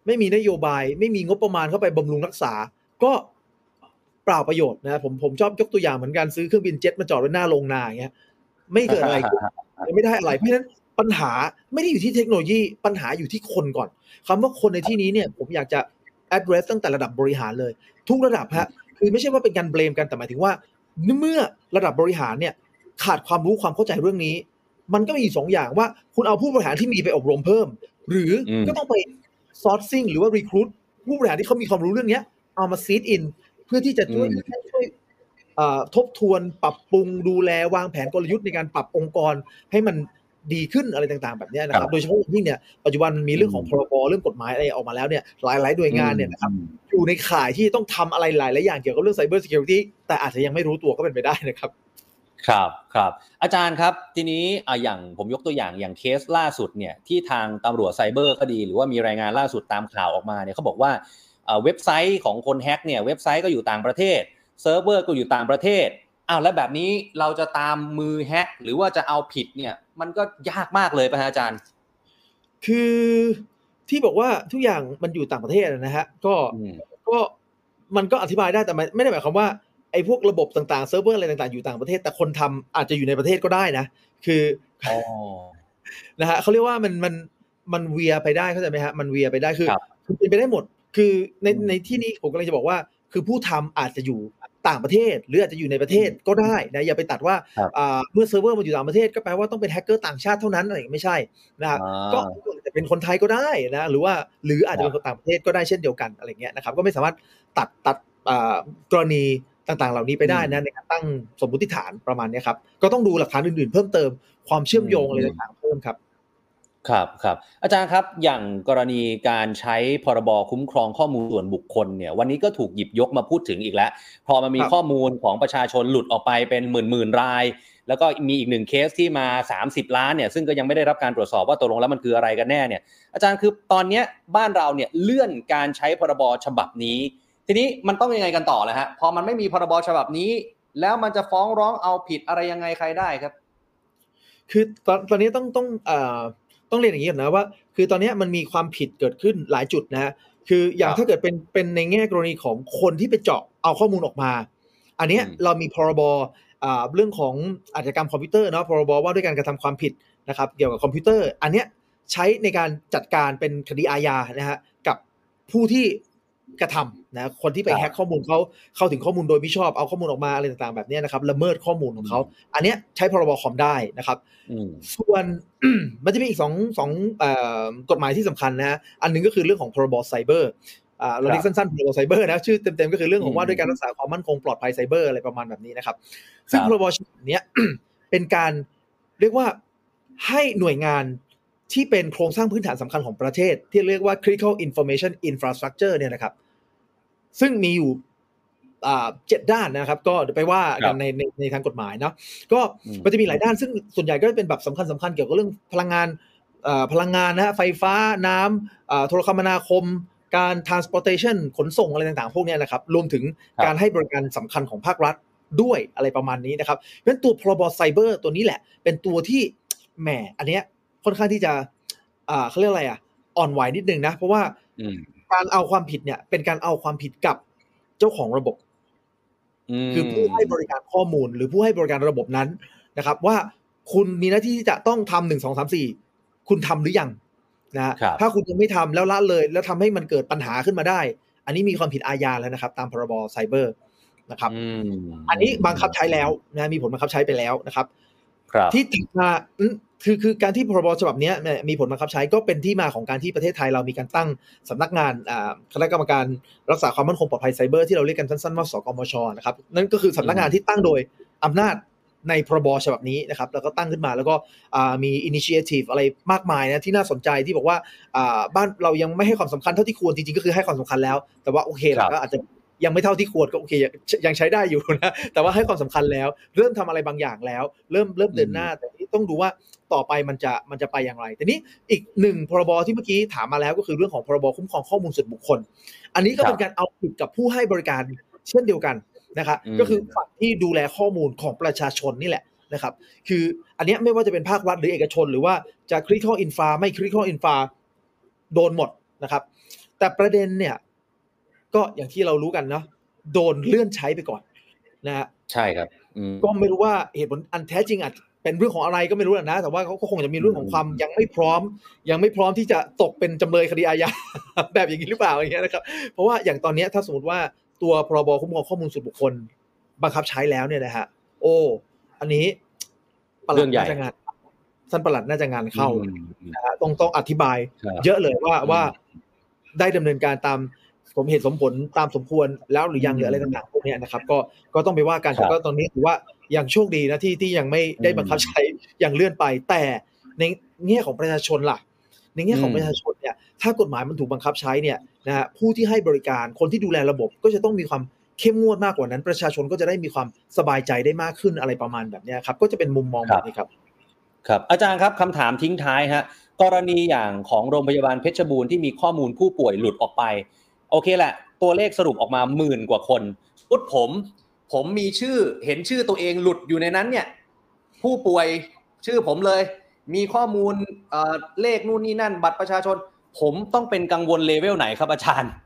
ไม่มีนโยบายไม่มีงบประมาณเข้าไปบำรุงรักษาก็เปล่าประโยชน์นะผมผมชอบยกตัวอย่างเหมือนการซื้อเครื่องบินเจ็ตมาจอดไว้หน้าโรงนาอย่างเงี้ยไม่เกิดอะไรไม่ได้อะไรเพราะฉะนั้นปัญหาไม่ได้อยู่ที่เทคโนโลยีปัญหาอยู่ที่คนก่อนคำว่าคนในที่นี้เนี่ยผมอยากจะ address ตั้งแต่ระดับบริหารเลยทุกระดับฮะคือไม่ใช่ว่าเป็นการเบลมกันแต่หมายถึงว่าเมื่อระดับบริหารเนี่ยขาดความรู้ความเข้าใจเรื่องนี้มันก็มีสองอย่างว่าคุณเอาผู้บริหารที่มีไปอบรมเพิ่มหรือก็ต้องไป sourcing หรือว่า recruit ผู้บริหารที่เขามีความรู้เรื่องนี้เอามา seed in เพื่อที่จะช่วยช่วยทบทวนปรับปรุงดูแลวางแผนกลยุทธ์ในการปรับองค์กรให้มันดีขึ้นอะไรต่างๆแบบนี้นะครับโดยเฉพาะอย่างยิ่งเนี่ยปัจจุบันมีเรื่องของพรบเรื่องกฎหมายอะไรออกมาแล้วเนี่ยหลายๆหน่วยงานเนี่ยนะครับอยู่ในข่ายที่ต้องทำอะไรหลายๆอย่างเกี่ยวกับเรื่อง Cyber Security แต่อาจจะยังไม่รู้ตัวก็เป็นไปได้นะครับครับครับอาจารย์ครับทีนี้อ่ะอย่างผมยกตัวอย่างอย่างเคสล่าสุดเนี่ยที่ทางตำรวจไซเบอร์ก็ดีหรือว่ามีรายงานล่าสุดตามข่าวออกมาเนี่ยเขาบอกว่าเว็บไซต์ของคนแฮกเนี่ยเว็บไซต์ก็อยู่ต่างประเทศเซิร์ฟเวอร์ก็อยู่ต่างประเทศอ้าวแล้วแบบนี้เราจะตามมือแฮกหรือว่าจะเอาผิดเนี่ยมันก็ยากมากเลยป่ะอาจารย์คือที่บอกว่าทุกอย่างมันอยู่ต่างประเทศนะฮะก็ก็มันก็อธิบายได้แต่ไม่ได้หมายความว่าไอ้พวกระบบต่างๆเซิร์ฟเวอร์อะไรต่างๆอยู่ต่างประเทศแต่คนทำอาจจะอยู่ในประเทศก็ได้นะคืออ๋อนะฮะเขาเรียกว่ามันมันมันเวียไปได้เข้าใจไหมฮะมันเวียไปได้คือคือเป็นไปได้หมดคือในในที่นี้ผมกำลังจะบอกว่าคือผู้ทำอาจจะอยู่ต่างประเทศหรืออาจจะอยู่ในประเทศก็ได้นะอย่าไปตัดว่าเมื่อเซิร์ฟเวอร์มันอยู่ต่างประเทศก็แปลว่าต้องเป็นแฮกเกอร์ต่างชาติเท่านั้นอะไรไม่ใช่นะครับก็จะเป็นคนไทยก็ได้นะหรือว่าหรืออาจจะเป็นคนต่างประเทศก็ได้เช่นเดียวกันอะไรเงี้ยนะครับก็ไม่สามารถตัดตัดกรณีต่างๆเหล่านี้ไปได้นะในการตั้งสมมติฐานประมาณนี้ครับก็ต้องดูหลักฐานอื่นๆเพิ่มเติมความเชื่อมโยงอะไรต่างๆเพิ่มครับครับครับอาจารย์ครับอย่างกรณีการใช้พรบคุ้มครองข้อมูลส่วนบุคคลเนี่ยวันนี้ก็ถูกหยิบยกมาพูดถึงอีกแล้วพอมันมีข้อมูลของประชาชนหลุดออกไปเป็นหมื่นๆรายแล้วก็มีอีกหนึ่งเคสที่มาสามสิบล้านเนี่ยซึ่งก็ยังไม่ได้รับการตรวจสอบว่าตกลงแล้วมันคืออะไรกันแน่เนี่ยอาจารย์คือตอนนี้บ้านเราเนี่ยเลื่อนการใช้พรบฉบับนี้ทีนี้มันต้องยังไงกันต่อเลยฮะพอมันไม่มีพรบฉบับนี้แล้วมันจะฟ้องร้องเอาผิดอะไรยังไงใครได้ครับคือตอนตอนนี้ต้องต้องเอ่อต้องเรียนอย่างนี้ก่อนนะว่าคือตอนนี้มันมีความผิดเกิดขึ้นหลายจุดนะฮะคืออย่างถ้าเกิดเป็นเป็นในแง่กรณีของคนที่ไปเจาะเอาข้อมูลออกมาอันนี้เรามีพรบอ่าเรื่องของอาชญากรรมคอมพิวเตอร์เนาะพรบว่าด้วยการกระทำความผิดนะครับเกี่ยวกับคอมพิวเตอร์อันเนี้ยใช้ในการจัดการเป็นคดีอาญานะฮะกับผู้ที่กระทำนะคนที่ไปแฮ็กข้อมูลเขาเข้าถึงข้อมูลโดยไม่ชอบเอาข้อมูลออกมาอะไรต่างๆแบบนี้นะครับละเมิดข้อมูลของเขาอันเนี้ยใช้พรบคอมได้นะครับส่วน มันจะมีอีกสองสองกฎหมายที่สำคัญนะฮะอันนึงก็คือเรื่องของพรบไซเบอร์เราเรียกสั้นๆพรบไซเบอร์นะชื่อเต็มๆก็คือเรื่องของว่าด้วยการรักษาความมั่นคงปลอดภัยไซเบอร์อะไรประมาณแบบนี้นะครับซึ่งพรบเนี้ย เป็นการเรียกว่าให้หน่วยงานที่เป็นโครงสร้างพื้นฐานสำคัญของประเทศที่เรียกว่า critical information infrastructure เนี่ยนะครับซึ่งมีอยู่เจ็ดด้านนะครับก็ไปว่ากันในในในทางกฎหมายเนาะก็มันจะมีหลายด้านซึ่งส่วนใหญ่ก็เป็นแบบสำคัญสำคัญเกี่ยวกับเรื่องพลังงานพลังงานนะฮะไฟฟ้าน้ำโทรคมนาคมการ transportation ขนส่งอะไรต่างๆพวกนี้นะครับรวมถึงการให้บริการสำคัญของภาครัฐด้วยอะไรประมาณนี้นะครับเพราะฉะนั้นตัวพรบไซเบอร์ตัวนี้แหละเป็นตัวที่แหมอันเนี้ยค่อนข้างที่จะเขาเรียกอะไรอ่ะอ่อนไหวนิดนึงนะเพราะว่าการเอาความผิดเนี่ยเป็นการเอาความผิดกับเจ้าของระบบคือผู้ให้บริการข้อมูลหรือผู้ให้บริการระบบนั้นนะครับว่าคุณมีหน้าที่ที่จะต้องทำหนึ่งสองสามสี่คุณทำหรือยังนะถ้าคุณยังไม่ทำแล้วละเลยแล้วทำให้มันเกิดปัญหาขึ้นมาได้อันนี้มีความผิดอาญาแล้วนะครับตามพรบไซเบอร์นะครับอันนี้บังคับใช้แล้วนะมีผลบังคับใช้ไปแล้วนะครับที่ติดมาคือคือการที่พรบฉบับนี้มีผลบังคับใช้ก็เป็นที่มาของการที่ประเทศไทยเรามีการตั้งสำนักงานคณะกรรมการรักษาความมั่นคงปลอดภัยไซเบอร์ที่เราเรียกกันสั้นๆว่าสกมชนะครับนั่นก็คือสำนักงานที่ตั้งโดยอำนาจในพรบฉบับนี้นะครับแล้วก็ตั้งขึ้นมาแล้วก็มี initiative อะไรมากมายนะที่น่าสนใจที่บอกว่าบ้านเรายังไม่ให้ความสำคัญเท่าที่ควรจริงๆก็คือให้ความสำคัญแล้วแต่ว่าโอเคแล้วก็อาจจะยังไม่เท่าที่ควรก็โอเคยังใช้ได้อยู่นะแต่ว่าให้ความสำคัญแล้วเริ่มทำอะไรบางอย่างแล้วเริ่มเริ่มเดินหน้าแต่ที่ต้องดูว่าต่อไปมันจะมันจะไปอย่างไรแต่นี้อีกหนึ่งพรบที่เมื่อกี้ถามมาแล้วก็คือเรื่องของพรบคุ้มครองข้อมูลส่วนบุคคลอันนี้ก็เป็นการเอาผิดกับผู้ให้บริการเช่นเดียวกันนะครับก็คือฝั่งที่ดูแลข้อมูลของประชาชนนี่แหละนะครับคืออันนี้ไม่ว่าจะเป็นภาครัฐหรือเอกชนหรือว่าจะ critical infra ไม่ critical infra โดนหมดนะครับแต่ประเด็นเนี่ยก็อย่างที่เรารู้กันเนาะโดนเลื่อนใช้ไปก่อนนะฮะใช่ครับก็ไม่รู้ว่าเหตุผลอันแท้จริงอาจเป็นเรื่องของอะไรก็ไม่รู้นะแต่ว่าเขาก็คงจะมีเรื่องของความยังไม่พร้อมยังไม่พร้อมที่จะตกเป็นจำเลยคดีอาญา แบบอย่างนี้หรือเปล่าอย่างเงี้ยนะครับเพราะว่าอย่างตอนนี้ถ้าสมมติว่าตัวพรบคุ้มครองข้อมูลส่วนบุคคลบังคับใช้แล้วเนี่ยนะฮะโอ้อันนี้ปลัดน่าจะงานท่านปลัดน่าจะงานเข้านะฮะต้องต้องอธิบายเยอะเลยว่าว่าได้ดำเนินการตามสมเหตุสมผลตามสมควรแล้วหรือยังหรืออะไรต่างๆพวกนี้นะครับก็ก็ต้องไปว่ากันแต่ก็ตอนนี้ถือว่ายังโชคดีนะที่ที่ยังไม่ได้บังคับใช้ยังเลื่อนไปแต่ในแง่ของประชาชนล่ะในแง่ของประชาชนเนี่ยถ้ากฎหมายมันถูกบังคับใช้เนี่ยนะฮะผู้ที่ให้บริการคนที่ดูแลระบบก็จะต้องมีความเข้มงวดมากกว่านั้นประชาชนก็จะได้มีความสบายใจได้มากขึ้นอะไรประมาณแบบนี้ครับก็จะเป็นมุมมองแบบนี้ครับครับอาจารย์ครับคำถามทิ้งท้ายฮะกรณีอย่างของโรงพยาบาลเพชรบูรณ์ที่มีข้อมูลผู้ป่วยหลุดออกไปโอเคแหละตัวเลขสรุปออกมาหมื่นกว่าคนพุทธผมผมมีชื่อเห็นชื่อตัวเองหลุดอยู่ในนั้นเนี่ยผู้ป่วยชื่อผมเลยมีข้อมูลเอ่อเลขนู่นนี่นั่นบัตรประชาชนผมต้องเป็นกังวลเลเวลไหนครับอาจารย์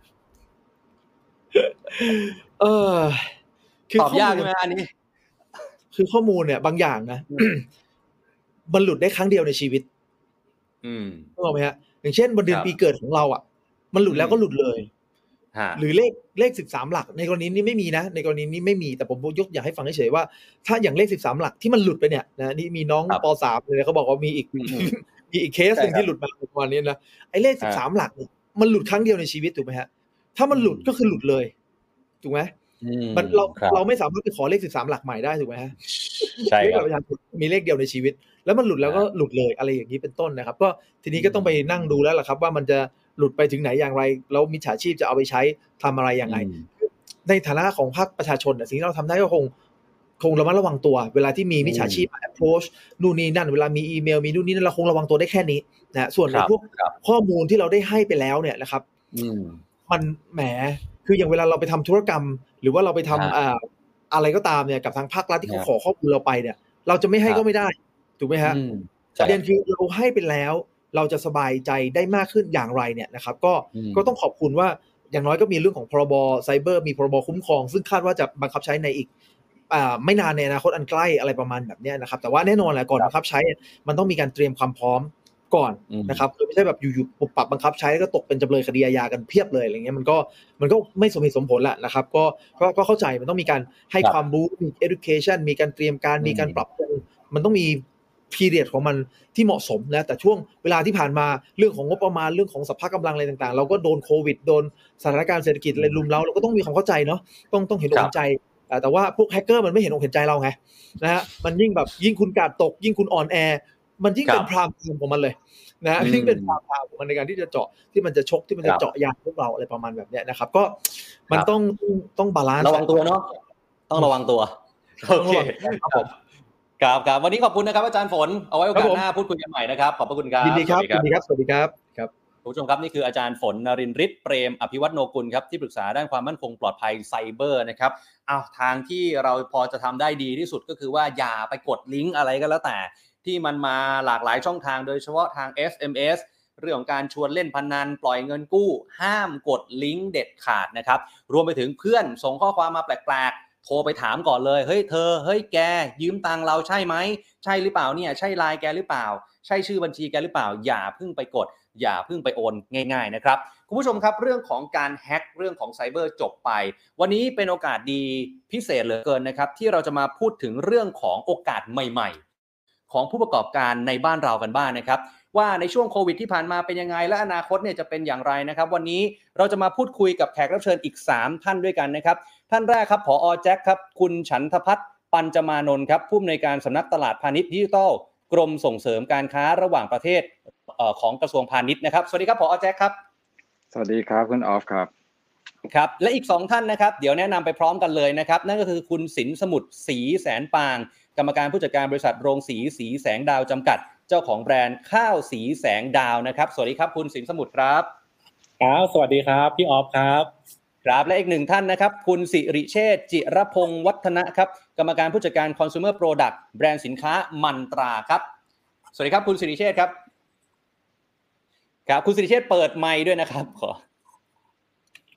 เออคือตอบยากใช่ไหมอันนี้คือข้อมูลเนี่ยบางอย่างนะมันหลุดได้ครั้งเดียวในชีวิตอืมถูกไหมฮะอย่างเช่นวันเดือนปีเกิดของเราอ่ะมันหลุดแล้วก็หลุดเลยหรือเลขเลขสิบสามหลักในกรณีนี้ไม่มีนะในกรณีนี้ไม่มีแต่ผมยกอยากให้ฟังเฉยๆว่าถ้าอย่างเลขสิบสามหลักที่มันหลุดไปเนี่ยนะนี่มีน้องป.สาม เลยเขาบอกว่ามีอีกมีอีกเคสนึงที่หลุดมาวันนี้นะไอ้เลขสิบสามหลักเนี่ยมันหลุดครั้งเดียวในชีวิตถูกมั้ยฮะถ้ามันหลุดก็คือหลุดเลยถูกมั้ยมันเราเราไม่สามารถไปขอเลขสิบสามหลักใหม่ได้ถูกมั้ยฮะใช่ครับมีเลขเดียวในชีวิตแล้วมันหลุดแล้วก็หลุดเลยอะไรอย่างนี้เป็นต้นนะครับก็ทีนี้ก็ต้องไปนั่งดูแล้วล่ะครับว่ามันจะหลุดไปถึงไหนอย่างไรแล้วมิจฉาชีพจะเอาไปใช้ทำอะไรยังไงในฐานะของภาคประชาชนสิ่งที่เราทำได้ก็คงคงระมัดระวังตัวเวลาที่มีมิจฉาชีพ approach นู่นนี่นั่นเวลามีอีเมลมีนู่นนี่นั่นเราคงระวังตัวได้แค่นี้นะส่วนในพวกข้อมูลที่เราได้ให้ไปแล้วเนี่ยนะครับมันแหมคืออย่างเวลาเราไปทำธุรกรรมหรือว่าเราไปทำอ่าอะไรก็ตามเนี่ยกับทางภาครัฐที่เขาขอข้อมูลเราไปเนี่ยเราจะไม่ให้ก็ไม่ได้ถูกไหมฮะประเด็นคือเราให้ไปแล้วเราจะสบายใจได้มากขึ้นอย่างไรเนี่ยนะครับก็ก็ต้องขอบคุณว่าอย่างน้อยก็มีเรื่องของพรบไซเบอร์มีพรบคุ้มครองซึ่งคาดว่าจะบังคับใช้ในอีกอ่าไม่นานในอนาคตอันใกล้อะไรประมาณแบบนี้นะครับแต่ว่าแน่นอนแหละก่อนบังคับใช้มันต้องมีการเตรียมความพร้อมก่อนนะครับคือไม่ใช่แบบอยู่ๆปุบปับบังคับใช้แล้วก็ตกเป็นจำเลยคดีอาญากันเพียบเลยอะไรเงี้ยมันก็มันก็ไม่สมเหตุสมผลแหละนะครับก็ก็ก็เข้าใจมันต้องมีการให้ความรู้มี education มีการเตรียมการมีการปรับปรุงมันต้องมีperiod ของมันที่เหมาะสมนะแต่ช่วงเวลาที่ผ่านมาเรื่องของงบประมาณเรื่องของสภาพกำลังอะไรต่างๆเราก็โดนโควิดโดนสถานการณ์เศรษฐกิจอะไรรุมเร้าเราก็ต้องมีความเข้าใจเนาะต้องต้องเห็นอกเห็นใจแต่ว่าพวกแฮกเกอร์มันไม่เห็นอกเห็นใจเราไงนะฮะมันยิ่งแบบยิ่งคุณกาดตกยิ่งคุณอ่อนแอมันยิ่งเป็นพรามทีมของมันเลยนะยิ่งเป็นพรามทางของมันในการที่จะเจาะที่มันจะชกที่มันจะเจาะยางพวกเราอะไรประมาณแบบนี้นะครับก็มันต้องต้องบาลานซ์ระวังตัวเนาะต้องระวังตัวโอเคครับผมครับครับวันนี้ขอบคุณนะครับอาจารย์ฝนเอาไว้โอกาสหน้าพูดคุยกันใหม่นะครับขอบพระคุณครับยินดีครับยินดีครับสวัสดีครับครับผู้ชมครับนี่คืออาจารย์ฝนนรินทร์ฤทธิ์เปรมอภิวัฒโนกุลครับที่ปรึกษาด้านความมั่นคงปลอดภัยไซเบอร์นะครับอ้าวทางที่เราพอจะทำได้ดีที่สุดก็คือว่าอย่าไปกดลิงก์อะไรก็แล้วแต่ที่มันมาหลากหลายช่องทางโดยเฉพาะทาง เอส เอ็ม เอส เรื่องของการชวนเล่นพนันปล่อยเงินกู้ห้ามกดลิงก์เด็ดขาดนะครับรวมไปถึงเพื่อนส่งข้อความมาแปลกๆโทรไปถามก่อนเลยเฮ้ยเธอเฮ้ยแกยืมตังค์เราใช่ไหมใช่หรือเปล่าเนี่ยใช่ไลน์แกหรือเปล่าใช่ชื่อบัญชีแกหรือเปล่าอย่าเพิ่งไปกดอย่าเพิ่งไปโอนง่ายๆนะครับคุณผู้ชมครับเรื่องของการแฮ็กเรื่องของไซเบอร์จบไปวันนี้เป็นโอกาสดีพิเศษเหลือเกินนะครับที่เราจะมาพูดถึงเรื่องของโอกาสใหม่ๆของผู้ประกอบการในบ้านเรากันบ้าง นะครับว่าในช่วงโควิดที่ผ่านมาเป็นยังไงและอนาคตเนี่ยจะเป็นอย่างไรนะครับวันนี้เราจะมาพูดคุยกับแขกรับเชิญอีกสามท่านด้วยกันนะครับท่านแรกครับผอ.แจ็คครับคุณฉันทภัทรปัญจมานนท์ครับผู้อำนวยการสำนักตลาดพาณิชย์ดิจิทัลกรมส่งเสริมการค้าระหว่างประเทศเอ่อของกระทรวงพาณิชย์นะครับสวัสดีครับผอ.แจ็คครับสวัสดีครับคุณออฟครับครับและอีกสองท่านนะครับเดี๋ยวแนะนำไปพร้อมกันเลยนะครับนั่นก็คือคุณสินสมุทรศรีแสนปางกรรมการผู้จัดการบริษัทโรงสีสีแสงดาวจำกัดเจ้าของแบรนด์ข้าวสีแสงดาวนะครับสวัสดีครับคุณสินสมุทรครับครับสวัสดีครับพี่ออฟครับครับและอีกหนึ่งท่านนะครับคุณสิริเชษฐ์จิรพงศ์วัฒนะครับกรรมการผู้จัดการ Consumer Product แบรนด์สินค้ามันตราครับสวัสดีครับคุณสิริเชษฐ์ครับครับคุณสิริเชษฐ์เปิดไมค์ด้วยนะครับขอ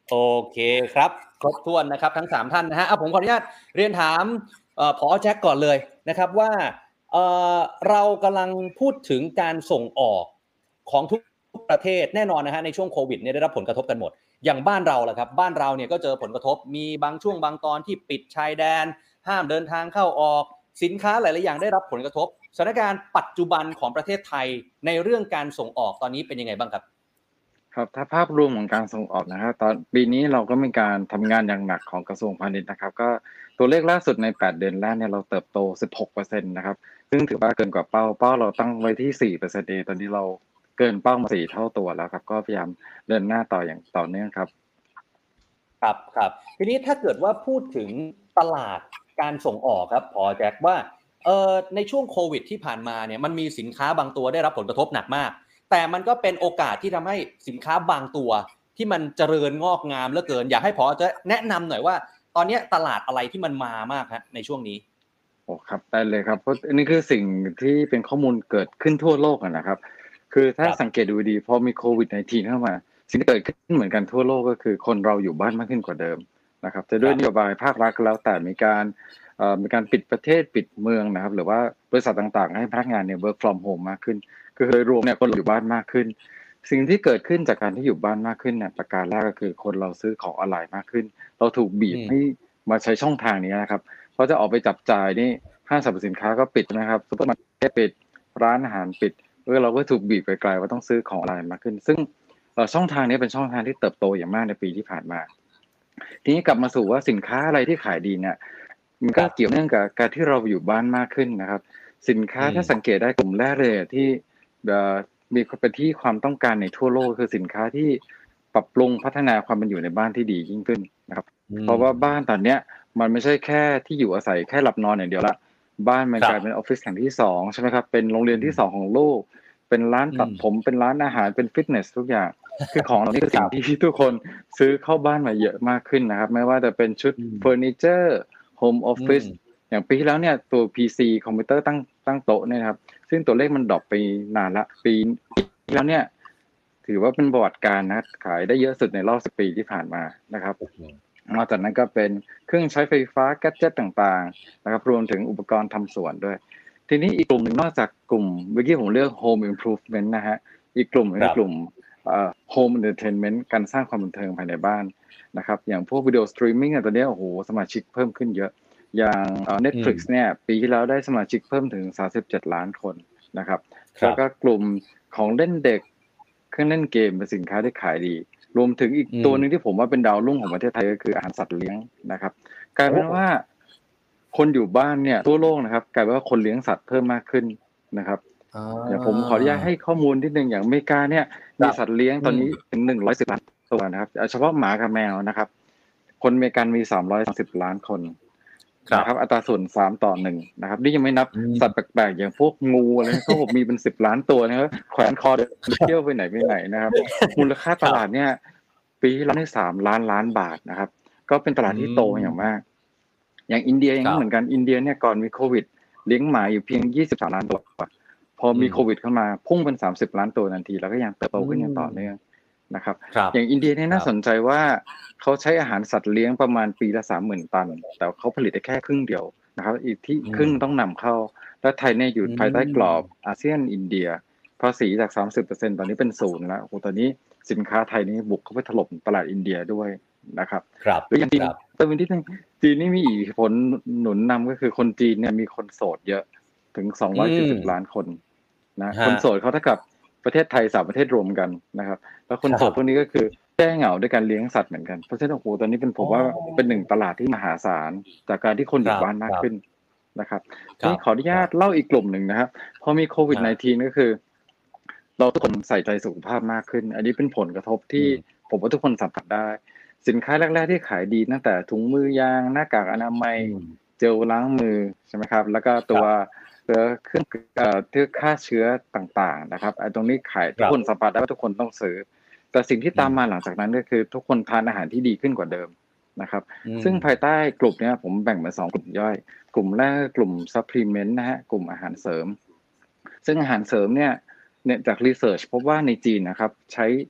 โอเคครับครบถ้วนนะครับทั้งสามท่านนะฮะเอาผมขออนุญาตเรียนถามเอ่อผอแจ็คก่อนเลยนะครับว่าเอ่อเรากำลังพูดถึงการส่งออกของทุกประเทศแน่นอนนะฮะในช่วงโควิดเนี่ยได้รับผลกระทบกันหมดอย่างบ้านเราล่ะครับบ้านเราเนี่ยก็เจอผลกระทบมีบางช่วงบางตอนที่ปิดชายแดนห้ามเดินทางเข้าออกสินค้าหลายๆอย่างได้รับผลกระทบสถานการณ์ปัจจุบันของประเทศไทยในเรื่องการส่งออกตอนนี้เป็นยังไงบ้างครับครับถ้าภาพรวมของการส่งออกนะครับตอนปีนี้เราก็มีการทำงานอย่างหนักของกระทรวงพาณิชย์นะครับก็ตัวเลขล่าสุดในแปดเดือนแรกเนี่ยเราเติบโต สิบหกเปอร์เซ็นต์ นะครับซึ่งถือว่าเกินกว่าเป้าเป้าเราตั้งไว้ที่ สี่เปอร์เซ็นต์ เองตอนนี้เราเกินเป้ามาสี่เท่าตัวแล้วครับก็พยายามเดินหน้าต่ออย่างต่อเนื่องครับครับครับทีนี้ถ้าเกิดว่าพูดถึงตลาดการส่งออกครับผอแจ็คว่าเอ่อในช่วงโควิดที่ผ่านมาเนี่ยมันมีสินค้าบางตัวได้รับผลกระทบหนักมากแต่มันก็เป็นโอกาสที่ทำให้สินค้าบางตัวที่มันเจริญงอกงามเหลือเกินอยากให้ผอจะแนะนำหน่อยว่าตอนนี้ตลาดอะไรที่มันมามากฮะในช่วงนี้โอ้ครับได้เลยครับเพราะอันนี้คือสิ่งที่เป็นข้อมูลเกิดขึ้นทั่วโลกอะนะครับคือถ้าสังเกตดูดีพอมีโควิด สิบเก้า เข้ามาสิ่งที่เกิดขึ้นเหมือนกันทั่วโลกก็คือคนเราอยู่บ้านมากขึ้นกว่าเดิมนะครับจะด้วยนโยบายภาครัฐก็แล้วแต่มีการเอ่อมีการปิดประเทศปิดเมืองนะครับหรือว่าบริษัทต่างๆให้พนักงานเนี่ย work from home มากขึ้นคือโดยรวมเนี่ยคนอยู่บ้านมากขึ้นสิ่งที่เกิดขึ้นจากการที่อยู่บ้านมากขึ้นเนี่ยประการแรกก็คือคนเราซื้อของออนไลน์มากขึ้นเราถูกบีบให้มาใช้ช่องทางนี้นะครับเพราะจะออกไปจับจ่ายนี่ห้างสรรพสินค้าก็ปิดนะครับซุปเปอร์มาร์เก็ตปิดร้านอาหารปิดเออเราก็ถูกบีบไกลๆว่าต้องซื้อของออนไลน์มากขึ้นซึ่งเอ่อช่องทางนี้เป็นช่องทางที่เติบโตอย่างมากในปีที่ผ่านมาทีนี้กลับมาสู่ว่าสินค้าอะไรที่ขายดีเนี่ยมันก็เกี่ยวเนื่องกับการที่เราอยู่บ้านมากขึ้นนะครับสินค้าถ้าสังเกตได้กลุ่มแรกเลยที่เอ่อมีเป็นที่ความต้องการในทั่วโลกคือสินค้าที่ปรับปรุงพัฒนาความเป็นอยู่ในบ้านที่ดียิ่งขึ้นนะครับเพราะว่าบ้านตอนเนี้ยมันไม่ใช่แค่ที่อยู่อาศัยแค่หลับนอนอย่างเดียวละบ้านมันกลายเป็นออฟฟิศแห่งที่สองใช่ไหมครับเป็นโรงเรียนที่สองของลูกเป็นร้านตัดผมเป็นร้านอาหารเป็นฟิตเนสทุกอย่างคือของเหล่านี้คือสิ่งที่ทุกคนซื้อเข้าบ้านมาเยอะมากขึ้นนะครับไม่ว่าจะเป็นชุดเฟอร์นิเจอร์โฮมออฟฟิศอย่างปีที่แล้วเนี่ยตัว พี ซี คอมพิวเตอร์ตั้งตั้งโต๊ะเนี่ยครับซึ่งตัวเลขมันดรอปไปนานละปีที่แล้วเนี่ยถือว่าเป็นประวัติการนะขายได้เยอะสุดในรอบสิบปีที่ผ่านมานะครับนอกจากนั้นก็เป็นเครื่องใช้ไฟฟ้าแกดเจ็ตต่างๆนะครับรวมถึงอุปกรณ์ทำสวนด้วยทีนี้อีกกลุ่มหนึ่งนอกจากกลุ่มเมื่อกี้ผมเลือก Home Improvement นะฮะอีกกลุ่มนึงคือกลุ่มเอ่อ Home Entertainment การสร้างความบันเทิงภายในบ้านนะครับอย่างพวกวิดีโอสตรีมมิ่งตอนนี้โอ้โหสมาชิกเพิ่มขึ้นเยอะอย่างเอ่อ Netflix เนี่ยปีที่แล้วได้สมาชิกเพิ่มถึงสามสิบเจ็ดล้านคนนะครับแล้วก็กลุ่มของเล่นเด็กเครื่องเล่นเกมเป็นสินค้าที่ขายดีรวมถึงอีกตัวนึงที่ผมว่าเป็นดาวรุ่งของประเทศไทยก็คืออาหารสัตว์เลี้ยงนะครับกลายเป็นว่าคนอยู่บ้านเนี่ยทั่วโลกนะครับกลายเป็นว่าคนเลี้ยงสัตว์เพิ่มมากขึ้นนะครับอย่างผมขออนุญาตให้ข้อมูลนิดนึงอย่างอเมริกาเนี่ยมีสัตว์เลี้ยงตอนนี้ถึงหนึ่งร้อยสิบล้านตัวนะครับเฉพาะหมากับแมวนะครับคนอเมริกันมีสามร้อยสามสิบล้านคนนะครับอัตราส่วนสามต่อหนึ่งนะครับนี่ยังไม่นับสัตว์แปลกๆอย่างพวกงูอะไรเขาบอกมีเป็นสิบล้านตัวนะครับแขวนคอเดินเที่ยวไปไหนไปไหนนะครับมูลค่าตลาดเนี่ยปีที่แล้วได้สามล้านล้านบาทนะครับก็เป็นตลาดที่โตอย่างมากอย่างอินเดียอย่างนี้เหมือนกันอินเดียเนี่ยก่อนมีโควิดเลี้ยงหมาอยู่เพียงยี่สิบสามล้านตัวพอมีโควิดเข้ามาพุ่งเป็นสามสิบล้านตัวทันทีแล้วก็ยังเติบโตขึ้นอย่างต่อเนื่องนะครับอย่างอินเดียเนี่ยน่าสนใจว่าเขาใช้อาหารสัตว์เลี้ยงประมาณปีละ สามหมื่น ตันแต่เขาผลิตได้แค่ครึ่งเดียวนะครับอีกที่ครึ่งต้องนำเข้าแล้วไทยเนี่ยอยู่ภายใต้กรอบอาเซียนอินเดียภาษีจาก สามสิบเปอร์เซ็นต์ ตอนนี้เป็นศูนย์แล้วโอ้โหตอนนี้สินค้าไทยนี่บุกเข้าไปถล่มตลาดอินเดียด้วยนะครับหรืออย่างจีนแต่วันที่จีนนี่มีอีกผลหนุนนำก็คือคนจีนเนี่ยมีคนโสดเยอะถึงสองร้อยสี่สิบล้านคนนะคนโสดเขาเท่ากับประเทศไทยสามประเทศรวมกันนะครับแล้วคนโสดพวกนี้ก็คือแก้เหงาด้วยการเลี้ยงสัตว์เหมือนกันเพราะฉะนั้นโอ้โหตอนนี้เป็นผมว่าเป็นหนึ่งตลาดที่มหาศาลจากการที่คนอยู่บ้านมากขึ้นนะครับนี่ขออนุญาตเล่าอีกกลุ่มหนึ่งนะครับพอมีโควิด สิบเก้า ก็คือเราทุกคนใส่ใจสุขภาพมากขึ้นอันนี้เป็นผลกระทบที่ผมว่าทุกคนสัมผัสได้สินค้าแรกๆที่ขายดีตั้งแต่ถุงมือยางหน้ากากอนามัยเจลล้างมือใช่ไหมครับแล้วก็ตัวเครื่องเอ่อเครื่องฆ่าเชื้อต่างๆนะครับไอ้ตรงนี้ขายทุกคนสัมผัสได้ว่าทุกคนต้องซื้อแต่สิ่งที่ตามมาหลังจากนั้นก็คือทุกคนทานอาหารที่ดีขึ้นกว่าเดิมนะครับซึ่งภายใต้กลุ่มนี้ผมแบ่งเป็นสองกลุ่มย่อยกลุ่มแรกกลุ่มซัพพลีเมนต์นะฮะกลุ่มอาหารเสริมซึ่งอาหารเสริมเนี่ยเนี่ยจากรีเสิร์ชพบว่าในจีนนะครับใช้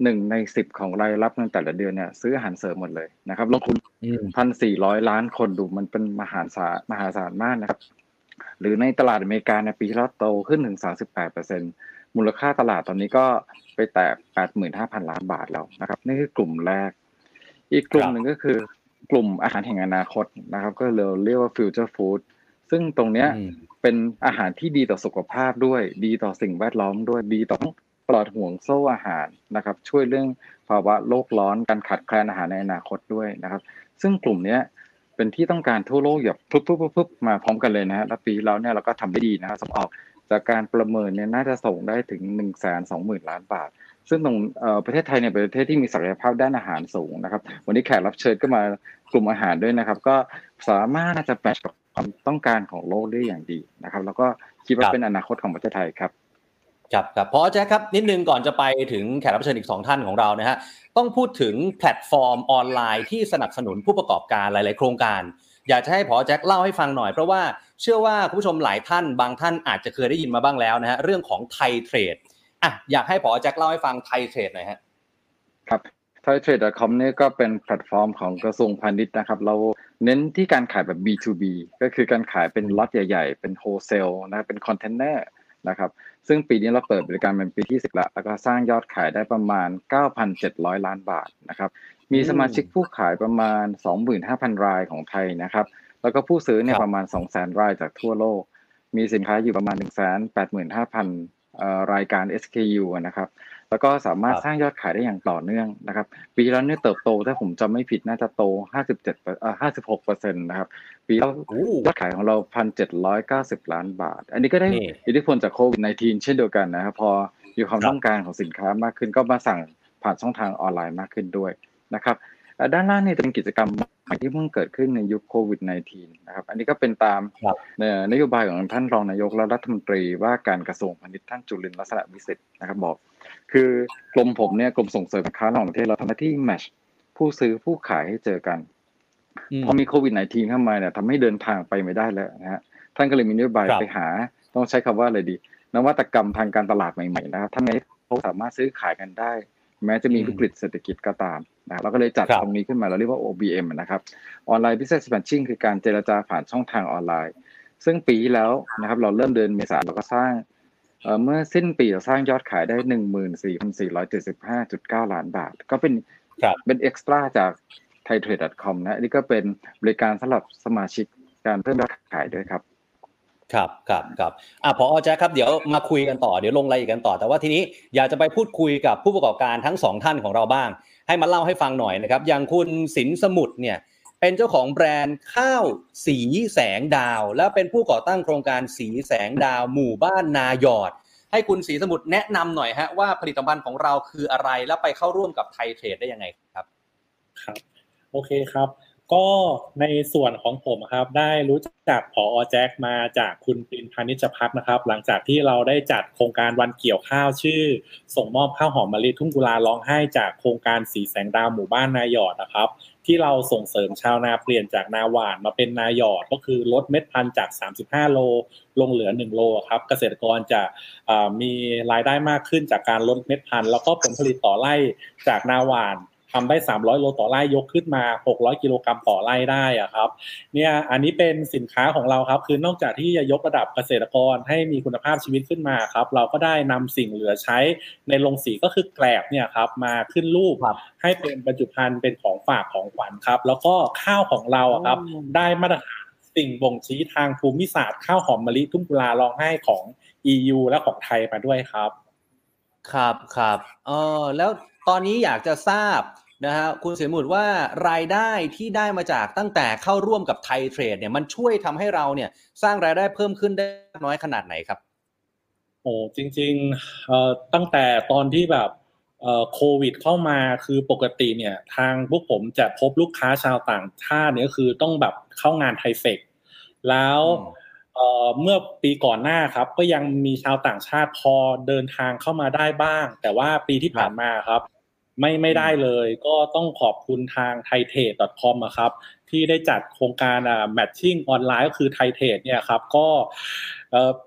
หนึ่งในสิบของรายรับในแต่ละเดือนเนี่ยซื้ออาหารเสริมหมดเลยนะครับลงทุนอืมหนึ่งพันสี่ร้อย ล้านคนดูมันเป็นมหาศาลมหาศาลมากนะครับหรือในตลาดอเมริกาในปีที่แล้วโตขึ้นถึง สามสิบแปดเปอร์เซ็นต์ มูลค่าตลาดตอนนี้ก็ไปแตะ แปดหมื่นห้าพัน ล้านบาทแล้วนะครับนี่คือกลุ่มแรกอีกกลุ่มหนึ่งก็คือกลุ่มอาหารแห่งอนาคตนะครับก็เราเรียกว่า future food ซึ่งตรงเนี้ยเป็นอาหารที่ดีต่อสุขภาพด้วยดีต่อสิ่งแวดล้อมด้วยดีต่อปลอดห่วงโซ่อาหารนะครับช่วยเรื่องภาวะโลกร้อนการขาดแคลนอาหารในอนาคตด้วยนะครับซึ่งกลุ่มเนี้ยเป็นที่ต้องการทั่วโลกแบบปุ๊บๆๆมาพร้อมกันเลยนะฮะแล้วปีแล้วเนี่ยเราก็ทำได้ดีนะครับส่งออกจากการประเมินเนี่ยน่าจะส่งได้ถึง หนึ่งแสนสองหมื่น ล้านบาทซึ่งตรงเอ่อประเทศไทยเนี่ยเป็นประเทศที่มีศักยภาพด้านอาหารสูงนะครับวันนี้แขกรับเชิญก็มากลุ่มอาหารด้วยนะครับก็สามารถน่าจะแมทช์กับความต้องการของโลกได้อย่างดีนะครับแล้วก็คิดว่าเป็นอนาคตของประเทศไทยครับครับครับพอแจ็คครับนิดนึงก่อนจะไปถึงแขกรับเชิญอีกสองท่านของเรานะฮะต้องพูดถึงแพลตฟอร์มออนไลน์ที่สนับสนุนผู้ประกอบการหลายๆโครงการอยากจะให้พอแจ็คเล่าให้ฟังหน่อยเพราะว่าเชื่อว่าคุณผู้ชมหลายท่านบางท่านอาจจะเคยได้ยินมาบ้างแล้วนะฮะเรื่องของไทยเทรดอ่ะอยากให้พอแจ็คเล่าให้ฟังไทยเทรดหน่อยฮะครับ ไทยเทรด ดอท คอม เนี่ยก็เป็นแพลตฟอร์มของกระทรวงพาณิชย์นะครับเราเน้นที่การขายแบบ บี ทู บี ก็คือการขายเป็นล็อตใหญ่ๆเป็นโฮลเซลนะเป็นคอนเทนเนอร์นะครับซึ่งปีนี้เราเปิดบริการเป็นปีที่สิบแล้วแล้วก็สร้างยอดขายได้ประมาณ เก้าพันเจ็ดร้อย ล้านบาทนะครับมีสมาชิกผู้ขายประมาณ สองหมื่นห้าพัน รายของไทยนะครับแล้วก็ผู้ซื้อเนี่ยประมาณ สองแสน รายจากทั่วโลกมีสินค้าอยู่ประมาณ หนึ่งแสนแปดหมื่นห้าพัน เอ่อรายการ เอส เค ยู นะครับแล้วก็สามารถสร้างยอดขายได้อย่างต่อเนื่องนะครับปีแล้วเนี่ยเติบโตถ้าผมจำไม่ผิดน่าจะโตห้าสิบเจ็ดเอ่อ ห้าสิบหกเปอร์เซ็นต์ นะครับปีแล้วยอดขายของเรา หนึ่งพันเจ็ดร้อยเก้าสิบ ล้านบาทอันนี้ก็ได้อิทธิพลจากโควิด สิบเก้า เช่นเดียวกันนะครับพอมีความต้องการของสินค้ามากขึ้นก็มาสั่งผ่านช่องทางออนไลน์มากขึ้นด้วยนะครับด้านล่างเนี่ยจะเป็นกิจกรรมใหม่ที่เพิ่งเกิดขึ้นในยุคโควิด สิบเก้า นะครับอันนี้ก็เป็นตามนโยบายของท่านรองนายกและรัฐมนตรีว่าการกระทรวงพาณิชย์ท่านจุลินทร์ลักษณะวิสิทธิ์นะครับบอกคือกรมผมเนี่ยกรมส่งเสริมการค้าระหว่างประเทศเราทำหน้าที่แมทช์ผู้ซื้อผู้ขายให้เจอกันพอมีโควิด สิบเก้า เข้ามาเนี่ยทำให้เดินทางไปไม่ได้แล้วนะฮะท่านก็เลยมีนโยบายไปหาต้องใช้คำว่าอะไรดีนวัตกรรมทางการตลาดใหม่ๆนะครับทำไงให้เขาสามารถซื้อขายกันได้แม้จะมีวิกฤตเศรษฐกิจก็ตามนะเราก็เลยจัดตรงนี้ขึ้นมาเราเรียกว่า โอ บี เอ็ม นะครับออนไลน์ Business Matching คือการเจรจาผ่านช่องทางออนไลน์ซึ่งปีที่แล้วนะครับเราเริ่มเดือนเมษายนเราก็สร้างเอ่อเมื่อสิ้นปีเราสร้างยอดขายได้ หนึ่งหมื่นสี่พันสี่ร้อยเจ็ดสิบห้าจุดเก้า ล้านบาทก็เป็นเป็นเอ็กซ์ตร้าจากไทยเทรด ดอท คอม นะอันนี้ก็เป็นบริการสำหรับสมาชิกการเพิ่มยอดขายด้วยครับครับครับครับอ่ะผอ.แจ๊คครับเดี๋ยวมาคุยกันต่อเดี๋ยวลงรายละเอียดกันต่อแต่ว่าทีนี้อยากจะไปพูดคุยกับผู้ประกอบการทั้งสองท่านของเราบ้างให้มาเล่าให้ฟังหน่อยนะครับอย่างคุณสินสมุทรเนี่ยเป็นเจ้าของแบรนด์ข้าวสีแสงดาวและเป็นผู้ก่อตั้งโครงการสีแสงดาวหมู่บ้านนาหยอดให้คุณศรีสมุทรแนะนำหน่อยฮะว่าผลิตภัณฑ์ของเราคืออะไรและไปเข้าร่วมกับไทยเทรดได้ยังไงครับครับโอเคครับก็ในส่วนของผมครับได้รู้จักผอ.แจ็คมาจากคุณปรินพานิชพัฒน์นะครับหลังจากที่เราได้จัดโครงการวันเกี่ยวข้าวชื่อส่งมอบข้าวหอมมะลิทุ่งกุลาร้องไห้จากโครงการสีแสงดาวหมู่บ้านนาหยอดนะครับที่เราส่งเสริมชาวนาเปลี่ยนจากนาหว่านมาเป็นนาหยอดก็คือลดเม็ดพันธุ์จากสามสิบห้าโลลงเหลือหนึ่งโลครับเกษตรกรจะมีรายได้มากขึ้นจากการลดเม็ดพันธุ์แล้วก็ผลผลิตต่อไร่จากนาหว่านทำได้สามร้อยโลต่อไร่ยกขึ้นมาหกร้อยกิโลกรัมต่อไร่ได้อะครับเนี่ยอันนี้เป็นสินค้าของเราครับคือนอกจากที่จะยกระดับเกษตรกรให้มีคุณภาพชีวิตขึ้นมาครับเราก็ได้นำสิ่งเหลือใช้ในโรงสีก็คือแกลบเนี่ยครับมาขึ้นรูปให้เป็นบรรจุภัณฑ์เป็นของฝากของขวัญครับแล้วก็ข้าวของเราครับได้มาตรฐานสิ่งบ่งชี้ทางภูมิศาสตร์ข้าวหอมมะลิทุ่งกุลาร้องไห้ของ อี ยู และของไทยมาด้วยครับครับครับเออแล้วตอนนี้อยากจะทราบนะฮะคุณเสมุทรว่ารายได้ที่ได้มาจากตั้งแต่เข้าร่วมกับไทยเทรดเนี่ยมันช่วยทำให้เราเนี่ยสร้างรายได้เพิ่มขึ้นได้น้อยขนาดไหนครับโอ้จริงๆเอ่อตั้งแต่ตอนที่แบบเอ่อโควิดเข้ามาคือปกติเนี่ยทางพวกผมจะพบลูกค้าชาวต่างชาติเนี่ยก็คือต้องแบบเข้างานไทเฟคแล้วเอ่อเมื่อปีก่อนหน้าครับก็ยังมีชาวต่างชาติพอเดินทางเข้ามาได้บ้างแต่ว่าปีที่ผ่านมาครับไม่ไม่ได้เลยก็ต้องขอบคุณทาง ไทยเทรด ดอท คอม อ่ะครับที่ได้จัดโครงการอ่า matching ออนไลน์ก็คือ ไทยเทรด เนี่ยครับก็เอ่อ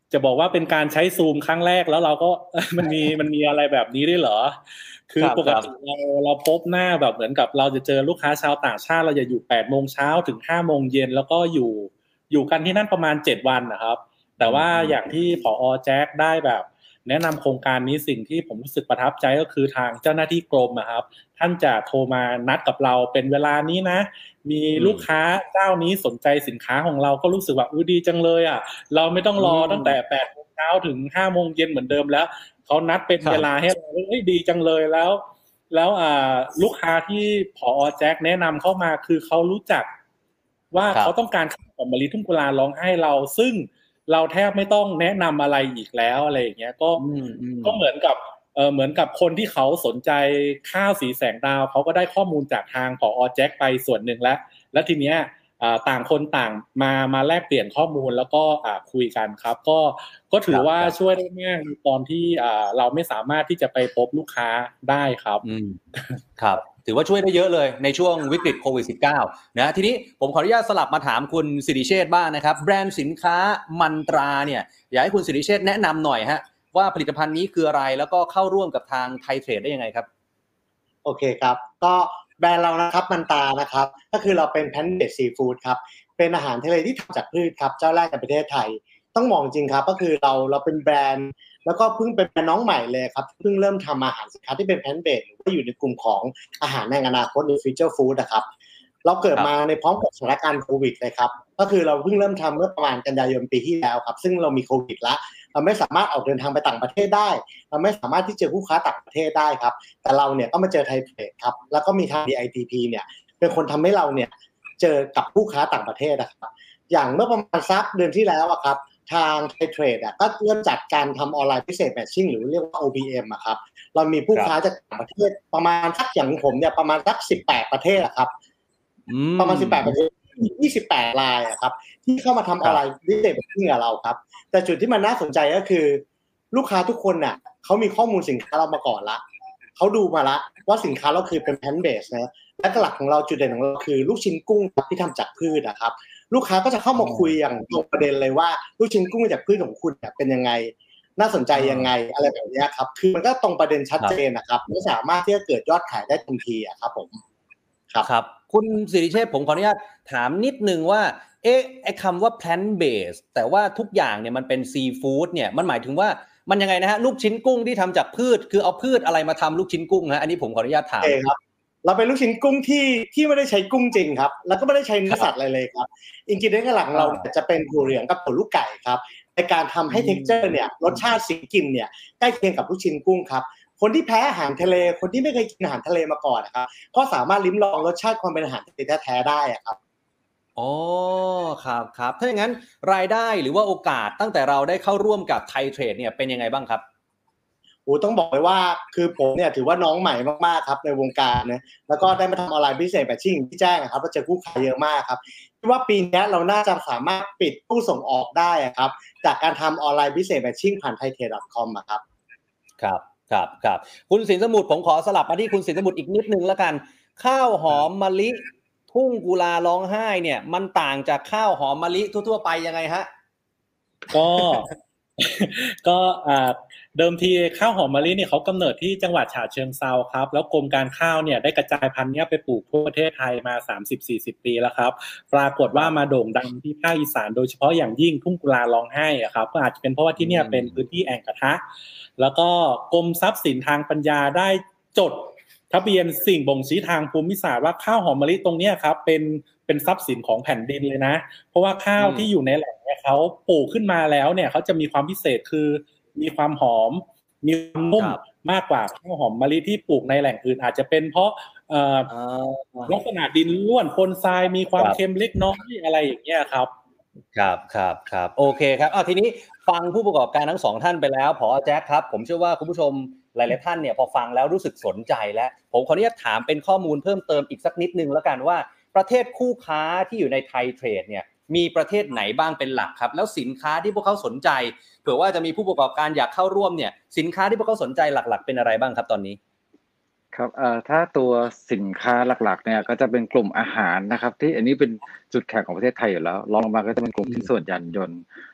จะบอกว่าเป็นการใช้ซูมครั้งแรกแล้วเราก็ มันมีมันมีอะไรแบบนี้ด้วยเหรอคือปกติเราเราพบหน้าแบบเหมือนกับเราจะเจอลูกค้าชาวต่างชาติเราจะอยู่แปดโมงเช้าถึงห้าโมงเย็นแล้วก็อยู่อยู่กันที่นั่นประมาณเจ็ดวันนะครับแต่ว่าอย่างที่ผอ.แจ็คได้แบบแนะนำโครงการนี้สิ่งที่ผมรู้สึกประทับใจก็คือทางเจ้าหน้าที่กรมนะครับท่านจะโทรมานัดกับเราเป็นเวลานี้นะมีลูกค้าเจ้านี้สนใจสินค้าของเราก็รู้สึกว่าอุ๊ยดีจังเลยอ่ะเราไม่ต้องรอตั้งแต่แปดโมงเช้าถึงห้าโมงเย็นเหมือนเดิมแล้วเขานัดเป็นเวลาให้เราเอ้ยดีจังเลยแล้วแล้วอ่าลูกค้าที่ผอ.แจ็คแนะนำเข้ามาคือเขารู้จักว่าเขาต้องการข้าวหอมมะลิทุ่งกุลาร้องไห้เราซึ่งเราแทบไม่ต้องแนะนำอะไรอีกแล้วอะไรอย่างเงี้ยก็ก็เหมือนกับเออเหมือนกับคนที่เขาสนใจข้าวสีแสงดาวเขาก็ได้ข้อมูลจากทางผอ.แจ็คไปส่วนหนึ่งแล้วแล้วทีเนี้ยต่างคนต่างมามาแลกเปลี่ยนข้อมูลแล้วก็คุยกันครับก็ก็ถือว่าช่วยได้มากตอนที่เราไม่สามารถที่จะไปพบลูกค้าได้ครับครับถือว่าช่วยได้เยอะเลยในช่วงวิกฤตโควิด สิบเก้า นะทีนี้ผมขออนุญาตสลับมาถามคุณสิริเชษฐ์บ้างนะครับแบรนด์สินค้ามันตราเนี่ยอยากให้คุณสิริเชษฐ์แนะนำหน่อยฮะว่าผลิตภัณฑ์นี้คืออะไรแล้วก็เข้าร่วมกับทางไทยเทรดได้ยังไงครับโอเคครับก็แบรนด์เรานะครับมันตรานะครับก็คือเราเป็นแพลนท์เบสซีฟู้ดครับเป็นอาหารทะเลที่ทำจากพืชครับเจ้าแรกในประเทศไทยต้องมองจริงครับก็คือเราเราเป็นแบรนด์แล้วก็เพิ่งเป็นแบรนด์น้องใหม่เลยครับเพิ่งเริ่มทำอาหารสินค้าที่เป็นแพลนท์เบสหรือว่าอยู่ในกลุ่มของอาหารในอนาคตหรือฟิวเจอร์ฟู้ดนะครับเราเกิดมาในพร้อมกับสถานการณ์โควิดเลยครับก็คือเราเพิ่งเริ่มทำเมื่อประมาณกันยายนปีที่แล้วครับซึ่งเรามีโควิดแล้วเราไม่สามารถออกเดินทางไปต่างประเทศได้เราไม่สามารถที่จะเจอผู้ค้าต่างประเทศได้ครับแต่เราเนี่ยก็มาเจอไทยเทรดครับแล้วก็มีทาง ดี ไอ ที พี เนี่ยเป็นคนทำให้เราเนี่ยเจอกับผู้ค้าต่างประเทศนะครับอย่างเมื่อประมาณสักเดือนที่แล้วอะครับทางไทยเทรดอ่ะก็เริ่มจัดการทำออนไลน์พิเศษแมทชิ่งหรือเรียกว่า โอ บี เอ็ม อะครับเรามีผู้ค้าจากต่างประเทศประมาณสักอย่างผมเนี่ยประมาณสักสิบแปดประเทศอะครับประมาณสิบแปดประเทศยี่สิบแปดรายอะครับที่เข้ามาทำออนไลน์พิเศษแมทชิ่งกับเราครับแต่จุดที่มันน่าสนใจก็คือลูกค้าทุกคนน่ะเขามีข้อมูลสินค้าเรามาก่อนละเขาดูมาละว่าสินค้าเราคือเป็นแพลนท์เบสนะและหลักของเราจุดเด่นของเราคือลูกชิ้นกุ้งที่ทำจากพืชนะครับลูกค้าก็จะเข้ามาคุยอย่างตรงประเด็นเลยว่าลูกชิ้นกุ้งจากพืชของคุณเนี่ยเป็นยังไงน่าสนใจยังไงอะไรแบบนี้ครับคือมันก็ตรงประเด็นชัดเจนนะครับไม่สามารถที่จะเกิดยอดขายได้ทันทีอะครับผมครับครับคุณสิริเชษฐ์ผมขออนุญาตถามนิดนึงว่าเอ๊ะไอ้คำว่า plant based แต่ว่าทุกอย่างเนี่ยมันเป็นซีฟู้ดเนี่ยมันหมายถึงว่ามันยังไงนะฮะลูกชิ้นกุ้งที่ทำจากพืชคือเอาพืชอะไรมาทำลูกชิ้นกุ้งฮะอันนี้ผมขออนุญาตถามครับเราเป็นลูกชิ้นกุ้งที่ที่ไม่ได้ใช้กุ้งจริงครับแล้วก็ไม่ได้ใช้เนื้อสัตว์อะไรเลยครับอินกิเดียนหลักเราจะเป็นถั่วเหลืองกับถั่วลูกไก่ครับในการทำให้ texture เนี่ยรสชาติสีกลิ่นเนี่ยใกล้เคียงกับลูกชิ้นกุ้งครับคนที่แพ้อาหารทะเลคนที่ไม่เคยกินอาหารทะเลมาก่อนนะครับก็สามารถลิ้มลองรสชาติความเป็นอาหารทะเลแท้ๆได้ครับอ๋อครับครับถ้าอย่างนั้นรายได้หรือว่าโอกาสตั้งแต่เราได้เข้าร่วมกับไทยเทรดเนี่ยเป็นยังไงบ้างครับโอ้ต้องบอกเลยว่าคือผมเนี่ยถือว่าน้องใหม่มากๆครับในวงการนะแล้วก็ได้มาทำออนไลน์พิเศษแบบที่ที่แจ้งครับว่าเจอคู่ค้าเยอะมากครับคิดว่าปีนี้เราน่าจะสามารถปิดตู้ส่งออกได้ครับจากการทำออนไลน์พิเศษแบบชิ่งผ่าน ไทยเทรด ดอท คอม อ่ะครับครับครับครับคุณสินสมุทรผมขอสลับมาที่คุณสินสมุทรอีกนิดนึงแล้วกันข้าวหอมมะลิทุ่งกุลาร้องไห้เนี่ยมันต่างจากข้าวหอมมะลิทั่วๆไปยังไงฮะก็ก็อ่าเดิมทีข้าวหอมมะลิเนี่ยเขากำเนิดที่จังหวัดฉะเชิงเทราครับแล้วกรมการข้าวเนี่ยได้กระจายพันธุ์เนี้ยไปปลูกทั่วประเทศไทยมา สามสิบถึงสี่สิบ ปีแล้วครับปรากฏว่ามาโด่งดังที่ภาคอีสานโดยเฉพาะอย่างยิ่งทุ่งกุลาร้องไห้อ่ะครับก็อาจจะเป็นเพราะว่าที่เนี่ยเป็นพื้นที่แอ่งกระทะแล้วก็กรมทรัพย์สินทางปัญญาได้จดทะเบียนสิ่งบ่งชี้ทางภูมิศาสตร์ว่าข้าวหอมมะลิตรงเนี้ยครับเป็นเป็นทรัพย์สินของแผ่นดินเลยนะเพราะว่าข้าวที่อยู่ในแหล่งเนี่ยเขาปลูกขึ้นมาแล้วเนี่ยเขาจะมีความพิเศษคือมีความหอมมีความนุ่มมากกว่าข้าวหอมมะลิที่ปลูกในแหล่งอื่นอาจจะเป็นเพราะเอ่อลักษณะดินร่วนปนทรายมีความเค็มเล็กน้อยอะไรอย่างเงี้ยครับครับครับครับโอเคครับอ่ะทีนี้ฟังผู้ประกอบการทั้งสองท่านไปแล้วผอ.แจ็คครับผมเชื่อว่าคุณผู้ชมหลายๆท่านเนี่ยพอฟังแล้วรู้สึกสนใจแล้วผมขออนุญาตถามเป็นข้อมูลเพิ่มเติมอีกสักนิดนึงแล้วกันว่าประเทศคู่ค้าที่อยู่ในไทยเทรดเนี่ยมีประเทศไหนบ้างเป็นหลักครับแล้วสินค้าที่พวกเขาสนใจเผื่อว่าจะมีผู้ประกอบการอยากเข้าร่วมเนี่ยสินค้าที่พวกเขาสนใจหลักๆเป็นอะไรบ้างครับตอนนี้ครับเอ่อถ้าตัวสินค้าหลักๆเนี่ยก็จะเป็นกลุ่มอาหารนะครับที่อันนี้เป็นจุดแข็งของประเทศไทยอยู่แล้วรองลงมาก็จะเป็นกลุ่มที่ส่วนยานยนต์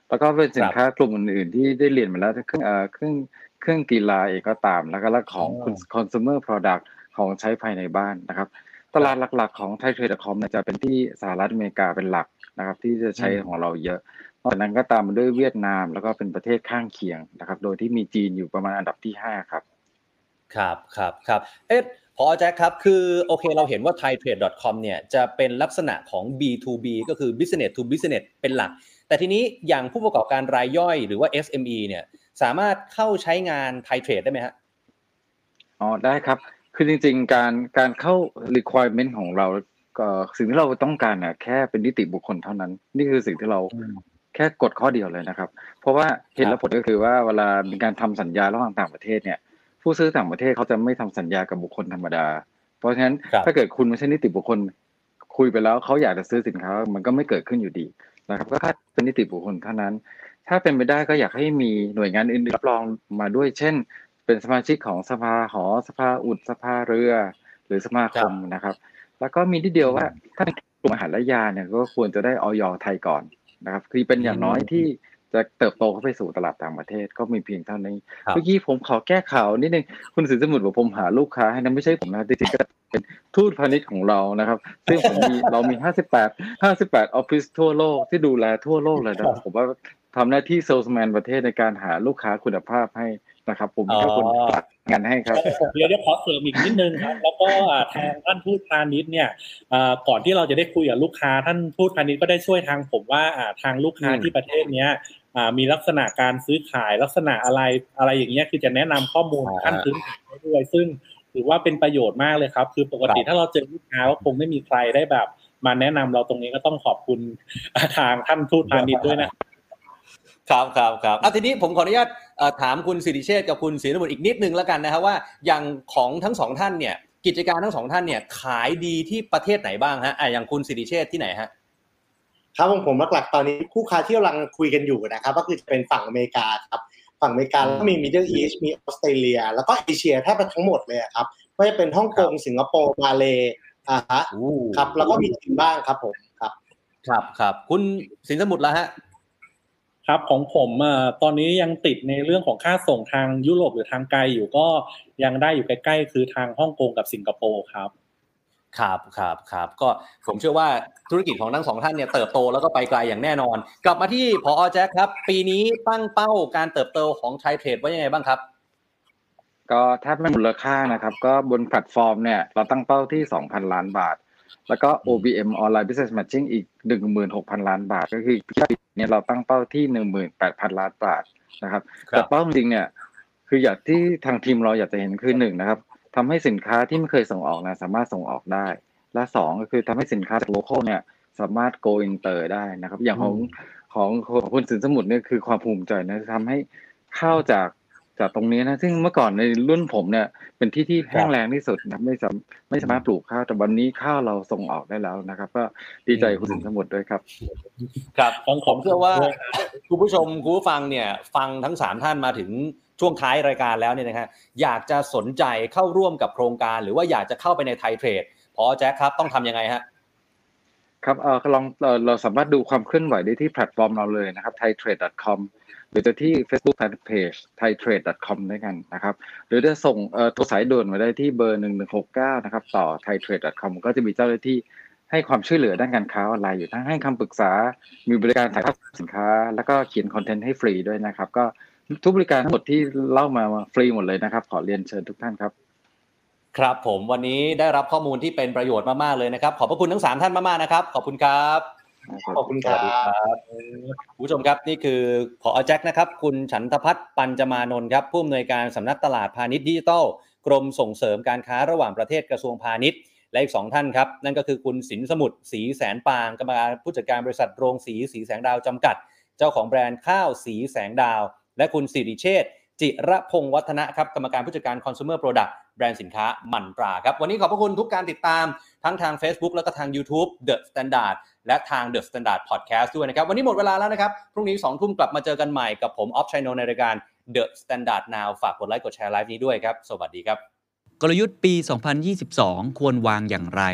แล้วก็เป็นสินค้ากลุ่มอื่นๆที่ได้เรียนมาแล้วเครื่องเอ่อเครื่องเครื่องกีฬาเองก็ตามแล้วก็และของ consumer product ของใช้ภายในบ้านนะครับตลาดหลักๆของ Thai Trade ดอท คอม เนี่ยจะเป็นที่สหรัฐอเมริกาเป็นหลักนะครับที่จะใช้ของเราเยอะนอกจากนั้นก็ตามมาด้วยเวียดนามแล้วก็เป็นประเทศข้างเคียงนะครับโดยที่มีจีนอยู่ประมาณอันดับที่ห้าครับครับครับครับเอ๊ะพอแจ็คครับคือโอเคเราเห็นว่า ไทยเทรด ดอท คอม เนี่ยจะเป็นลักษณะของ บี ทู บี ก็คือ business to business เป็นหลักแต่ทีนี้อย่างผู้ประกอบการรายย่อยหรือว่า เอส เอ็ม อี เนี่ยสามารถเข้าใช้งาน Thai Trade ได้ไหมฮะอ๋อได้ครับคือจริงๆการการเข้า requirement ของเราก็สิ่งที่เราต้องการน่ะแค่เป็นนิติบุคคลเท่านั้นนี่คือสิ่งที่เราแค่กดข้อเดียวเลยนะครับเพราะว่าเหตุและผลก็คือว่าเวลามีการทำสัญญาระหว่างต่างประเทศเนี่ยผู้ซื้อต่างประเทศเขาจะไม่ทำสัญญากับบุคคลธรรมดาเพราะฉะนั้นถ้าเกิดคุณไม่ใช่นิติบุคคลคุยไปแล้วเขาอยากจะซื้อสินค้ามันก็ไม่เกิดขึ้นอยู่ดีนะครับก็แค่เป็นนิติบุคคลเท่านั้นถ้าเป็นไปได้ก็อยากให้มีหน่วยงานอื่นรับรองมาด้วยเช่นเป็นสมาชิกของสภาหอสภาอุดสภาเรือหรือสมาคมนะครับแล้วก็มีที่เดียวว่าถ้าเป็นกลุ่มอาหารและยาเนี่ยก็ควรจะได้อย.ไทยก่อนนะครับคือเป็นอย่างน้อยที่จะเติบโตเข้าไปสู่ตลาดต่างประเทศก็มีเพียงเท่านี้เมื่อกี้ผมขอแก้ข่าวนิดนึงคุณสินสมุทรบอกผมหาลูกค้าให้นะไม่ใช่ผมนะจริงๆก็เป็นทูตพาณิชย์ของเรานะครับซึ่งผมมีเรามีห้าสิบแปด ห้าสิบแปดออฟฟิศทั่วโลกที่ดูแลทั่วโลกเลยนะผมว่าทำหน้าที่เซลส์แมนประเทศในการหาลูกค้าคุณภาพให้นะครับผมก็คนจัดงานให้ครับเดี๋ยวเดี๋ยวขอเสริมอีกนิดนึงครับแล้วก็ทางท่านทูตพาณิชย์เนี่ยก่อนที่เราจะได้คุยกับลูกค้าท่านทูตพาณิชย์ก็ได้ช่วยทางผมว่าทางลูกค้าที่ประเทศเนี้ยมีลักษณะการซื้อขายลักษณะอะไรอะไรอย่างเงี้ยคือจะแนะนำข้อมูลขั้นพื้นฐานให้ด้วยซึ่งถือว่าเป็นประโยชน์มากเลยครับคือปกติถ้าเราเจอลูกค้าก็คงไม่มีใครได้แบบมาแนะนำเราตรงนี้ก็ต้องขอบคุณทางท่านทูตพาณิชย์ด้วยนะครับครับครับอ่ะทีนี้ผมขออนุญาตถามคุณสิริเชษฐ์กับคุณศรีนบุตรอีกนิดนึงแล้วกันนะครับว่าอย่างของทั้งสองท่านเนี่ยกิจการทั้งสองท่านเนี่ยขายดีที่ประเทศไหนบ้างฮะอ่ะอย่างคุณสิริเชษฐ์ที่ไหนฮะครับของผมหลักๆตอนนี้คู่ค้าที่กำลังคุยกันอยู่นะครับก็คือจะเป็นฝั่งอเมริกาครับฝั่งอเมริกาแล้วก็มี Middle East มีออสเตรเลียแล้วก็เอเชียแทบทั้งหมดเลยครับไม่ว่าจะเป็นฮ่องกงสิงคโปร์มาเลย์อ่าฮะครับแล้วก็มีจีนบ้างครับผมครับครับครับคุณสินสมุทรล่ะฮะครับของผมอ่ะตอนนี้ยังติดในเรื่องของค่าส่งทางยุโรปหรือทางไกลอยู่ก็ยังได้อยู่ใกล้ๆคือทางฮ่องกงกับสิงคโปร์ครับครับครับครับก็ผมเชื่อว่าธุรกิจของทั้งสองท่านเนี่ยเติบโตแล้วก็ไปไกลอย่างแน่นอนกลับมาที่ผอ.แจ็คครับปีนี้ตั้งเป้าการเติบโตของ Thai Trade ไว้ยังไงบ้างครับก็ถ้าเป็นมูลค่านะครับก็บนแพลตฟอร์มเนี่ยเราตั้งเป้าที่ สองพัน ล้านบาทแล้วก็ โอ บี เอ็ม Online Business Matching อีก หนึ่งหมื่นหกพัน ล้านบาทก็คือปีนี้เราตั้งเป้าที่ หนึ่งหมื่นแปดพัน ล้านบาทนะครับแต่เป้าจริงเนี่ยคืออยากที่ทางทีมเราอยากจะเห็นคือหนึ่งนะครับทำให้สินค้าที่ไม่เคยส่งออกนะสามารถส่งออกได้และสองก็คือทำให้สินค้าจากโลคอลเนี่ยสามารถ go inter ได้นะครับอย่างของของของคุณสินสมุทรเนี่ยคือความภูมิใจนะทำให้ข้าวจากจากตรงนี้นะซึ่งเมื่อก่อนในรุ่นผมเนี่ยเป็นที่ที่แห้งแล้งที่สุดนะไม่สามไม่สามารถปลูกข้าวแต่วันนี้ข้าวเราส่งออกได้แล้วนะครับก็ดีใจคุณสินสมุทรด้วยครับครับผมเชื่อว่าคุณผู้ชมคุณผู้ฟังเนี่ยฟังทั้งสามท่านมาถึงช่วงท้ายรายการแล้วเนี่ยนะครับอยากจะสนใจเข้าร่วมกับโครงการหรือว่าอยากจะเข้าไปใน Thai Trade พอแจ็คครับต้องทำยังไงฮะครับเออลองเราเราสามารถดูความเคลื่อนไหวได้ที่แพลตฟอร์มเราเลยนะครับ ไทยเทรด ดอท คอม หรือจะที่ Facebook Fanpage ไทยเทรด ดอท คอม ด้วยกันนะครับหรือจะส่งเอ่อโทรสายด่วนมาได้ที่เบอร์หนึ่งหนึ่งหกเก้านะครับต่อ ไทยเทรด ดอท คอม ก็จะมีเจ้าหน้าที่ให้ความช่วยเหลือด้านการค้าออนไลน์อยู่ทั้งให้คำปรึกษามีบริการถ่ายภาพสินค้าแล้วก็เขียนคอนเทนต์ให้ฟรีด้วยนะครับก็ทุกบริการทั้งหมดที่เล่ามาฟรีหมดเลยนะครับขอเรียนเชิญทุกท่านครับครับผมวันนี้ได้รับข้อมูลที่เป็นประโยชน์มากๆเลยนะครับขอบพระคุณทั้งสามท่านมากๆนะครับขอบคุณครับขอบคุณครับผู้ชมครับนี่คือผอ.แจ็คนะครับคุณฉันทพัฒน์ปัญจมานนท์ครับผู้อำนวยการสำนักตลาดพาณิชย์ดิจิทัลกรมส่งเสริมการค้าระหว่างประเทศกระทรวงพาณิชย์และอีกสองท่านครับนั่นก็คือคุณสินสมุทรศรีแสนปางกรรมการผู้จัดการบริษัทโรงสีสีแสงดาวจำกัดเจ้าของแบรนด์ข้าวสีแสงดาวและคุณสิริเชษฐ์จิระพงษ์วัฒนะครับกรรมการผู้จัดการ Consumer Product แบรนด์สินค้ามันตราครับวันนี้ขอบพระคุณทุกการติดตามทั้งทาง Facebook แล้วก็ทาง YouTube The Standard และทาง The Standard Podcast ด้วยนะครับวันนี้หมดเวลาแล้วนะครับพรุ่งนี้ สองทุ่มกลับมาเจอกันใหม่กับผมออฟชัยนนท์ในรายการ The Standard Now ฝากกดไลค์กดแชร์ไลฟ์นี้ด้วยครับสวัสดีครับกลยุทธ์ปี สองพันยี่สิบสอง ควรวางอย่างไร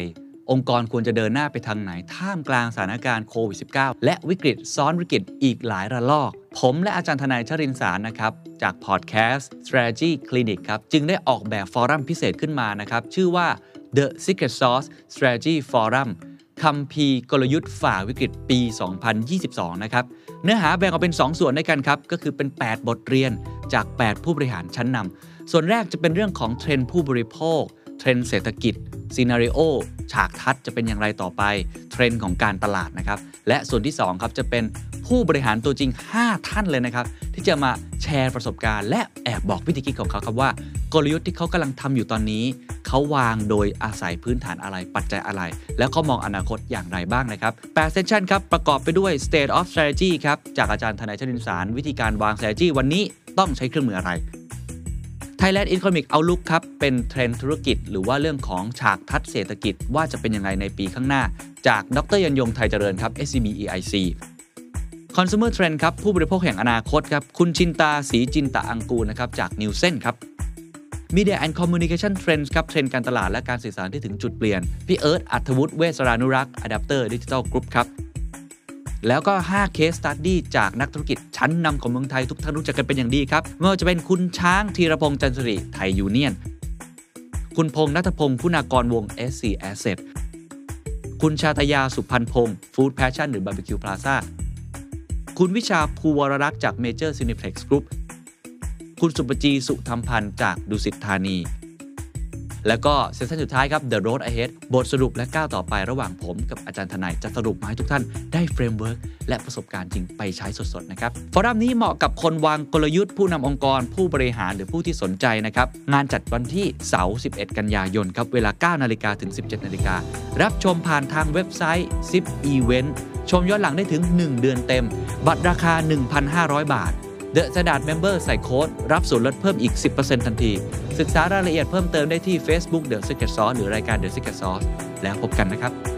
องค์กรควรจะเดินหน้าไปทางไหนท่ามกลางสถานการณ์โควิด สิบเก้า และวิกฤตซ้อนวิกฤตอีกหลายระลอกผมและอาจารย์ทนายชรินทร์สารนะครับจากพอดแคสต์ Strategy Clinic ครับจึงได้ออกแบบฟอรัมพิเศษขึ้นมานะครับชื่อว่า The Secret Sauce Strategy Forum คัมภีร์กลยุทธ์ฝ่าวิกฤตปี สองพันยี่สิบสอง นะครับเนื้อหาแบ่งออกเป็นสองส่วนด้วยกันครับก็คือเป็นแปดบทเรียนจากแปดผู้บริหารชั้นนำส่วนแรกจะเป็นเรื่องของเทรนด์ผู้บริโภคเทรนด์เศรษฐกิจซีนาริโอฉากทัศน์จะเป็นอย่างไรต่อไปเทรนด์ของการตลาดนะครับและส่วนที่สองครับจะเป็นผู้บริหารตัวจริงห้าท่านเลยนะครับที่จะมาแชร์ประสบการณ์และแอบบอกวิธีคิดของเขาครับว่ากลยุทธ์ที่เขากำลังทำอยู่ตอนนี้เขาวางโดยอาศัยพื้นฐานอะไรปัจจัยอะไรแล้วเขามองอนาคตอย่างไรบ้างนะครับแปดเซสชั่นครับประกอบไปด้วย State of Strategy ครับจากอาจารย์ทนายชรินทร์สารวิธีการวาง strategy วันนี้ต้องใช้เครื่องมืออะไร Thailand Economic Outlook ครับเป็นเทรนด์ธุรกิจหรือว่าเรื่องของฉากทัศน์เศรษฐกิจว่าจะเป็นยังไงในปีข้างหน้าจากดรยันยงไทยเจริญครับ เอส ซี บี อี ไอ ซี Consumer Trend ครับผู้บริโภคแห่งอนาคตครับคุณชินตาศรีจินตะอังกูลนะครับจาก Nielsen ครับ Media and Communication Trends ครับเทรนด์การตลาดและการสื่อสารที่ถึงจุดเปลี่ยนพี่เอิร์ธอัธวุฒิเวชรานุรักษ์ Adapter Digital Group ครับแล้วก็ห้า Case Study จากนักธุรกิจชั้นนำของเมืองไทยทุกท่านรู้จักกันเป็นอย่างดีครับไม่ว่าจะเป็นคุณช้างธีรพงษ์จันทริไทยยูเนียนคุณพงษ์ณัฐพงษ์คุณากรวงศ์ เอส ซี Asset คุณชาตยาสุพันพงษ์ Food Passion หรือ Barbecue Plaza คุณวิชาภูวรรักษ์จาก Major Cineplex Group คุณสุปจีสุธรรมพันธ์จากดุสิตธานีแล้วก็เซสชั่นสุดท้ายครับ The Road Ahead บทสรุปและก้าวต่อไประหว่างผมกับอาจารย์ทนายจะสรุปมาให้ทุกท่านได้เฟรมเวิร์กและประสบการณ์จริงไปใช้สดๆนะครับฟอรัมนี้เหมาะกับคนวางกลยุทธ์ผู้นำองค์กรผู้บริหารหรือผู้ที่สนใจนะครับงานจัดวันที่เสาร์สิบเอ็ดกันยายนครับเวลา เก้านาฬิกา ถึง สิบเจ็ดนาฬิการับชมผ่านทางเว็บไซต์ ซิป Event ชมย้อนหลังได้ถึงหนึ่งเดือนเต็มบัตรราคา หนึ่งพันห้าร้อย บาทThe Standard Member ใส่โค้ดรับส่วนลดเพิ่มอีก สิบเปอร์เซ็นต์ ทันทีศึกษารายละเอียดเพิ่มเติมได้ที่ Facebook The Secret Sauce หรือรายการ The Secret Sauce แล้วพบกันนะครับ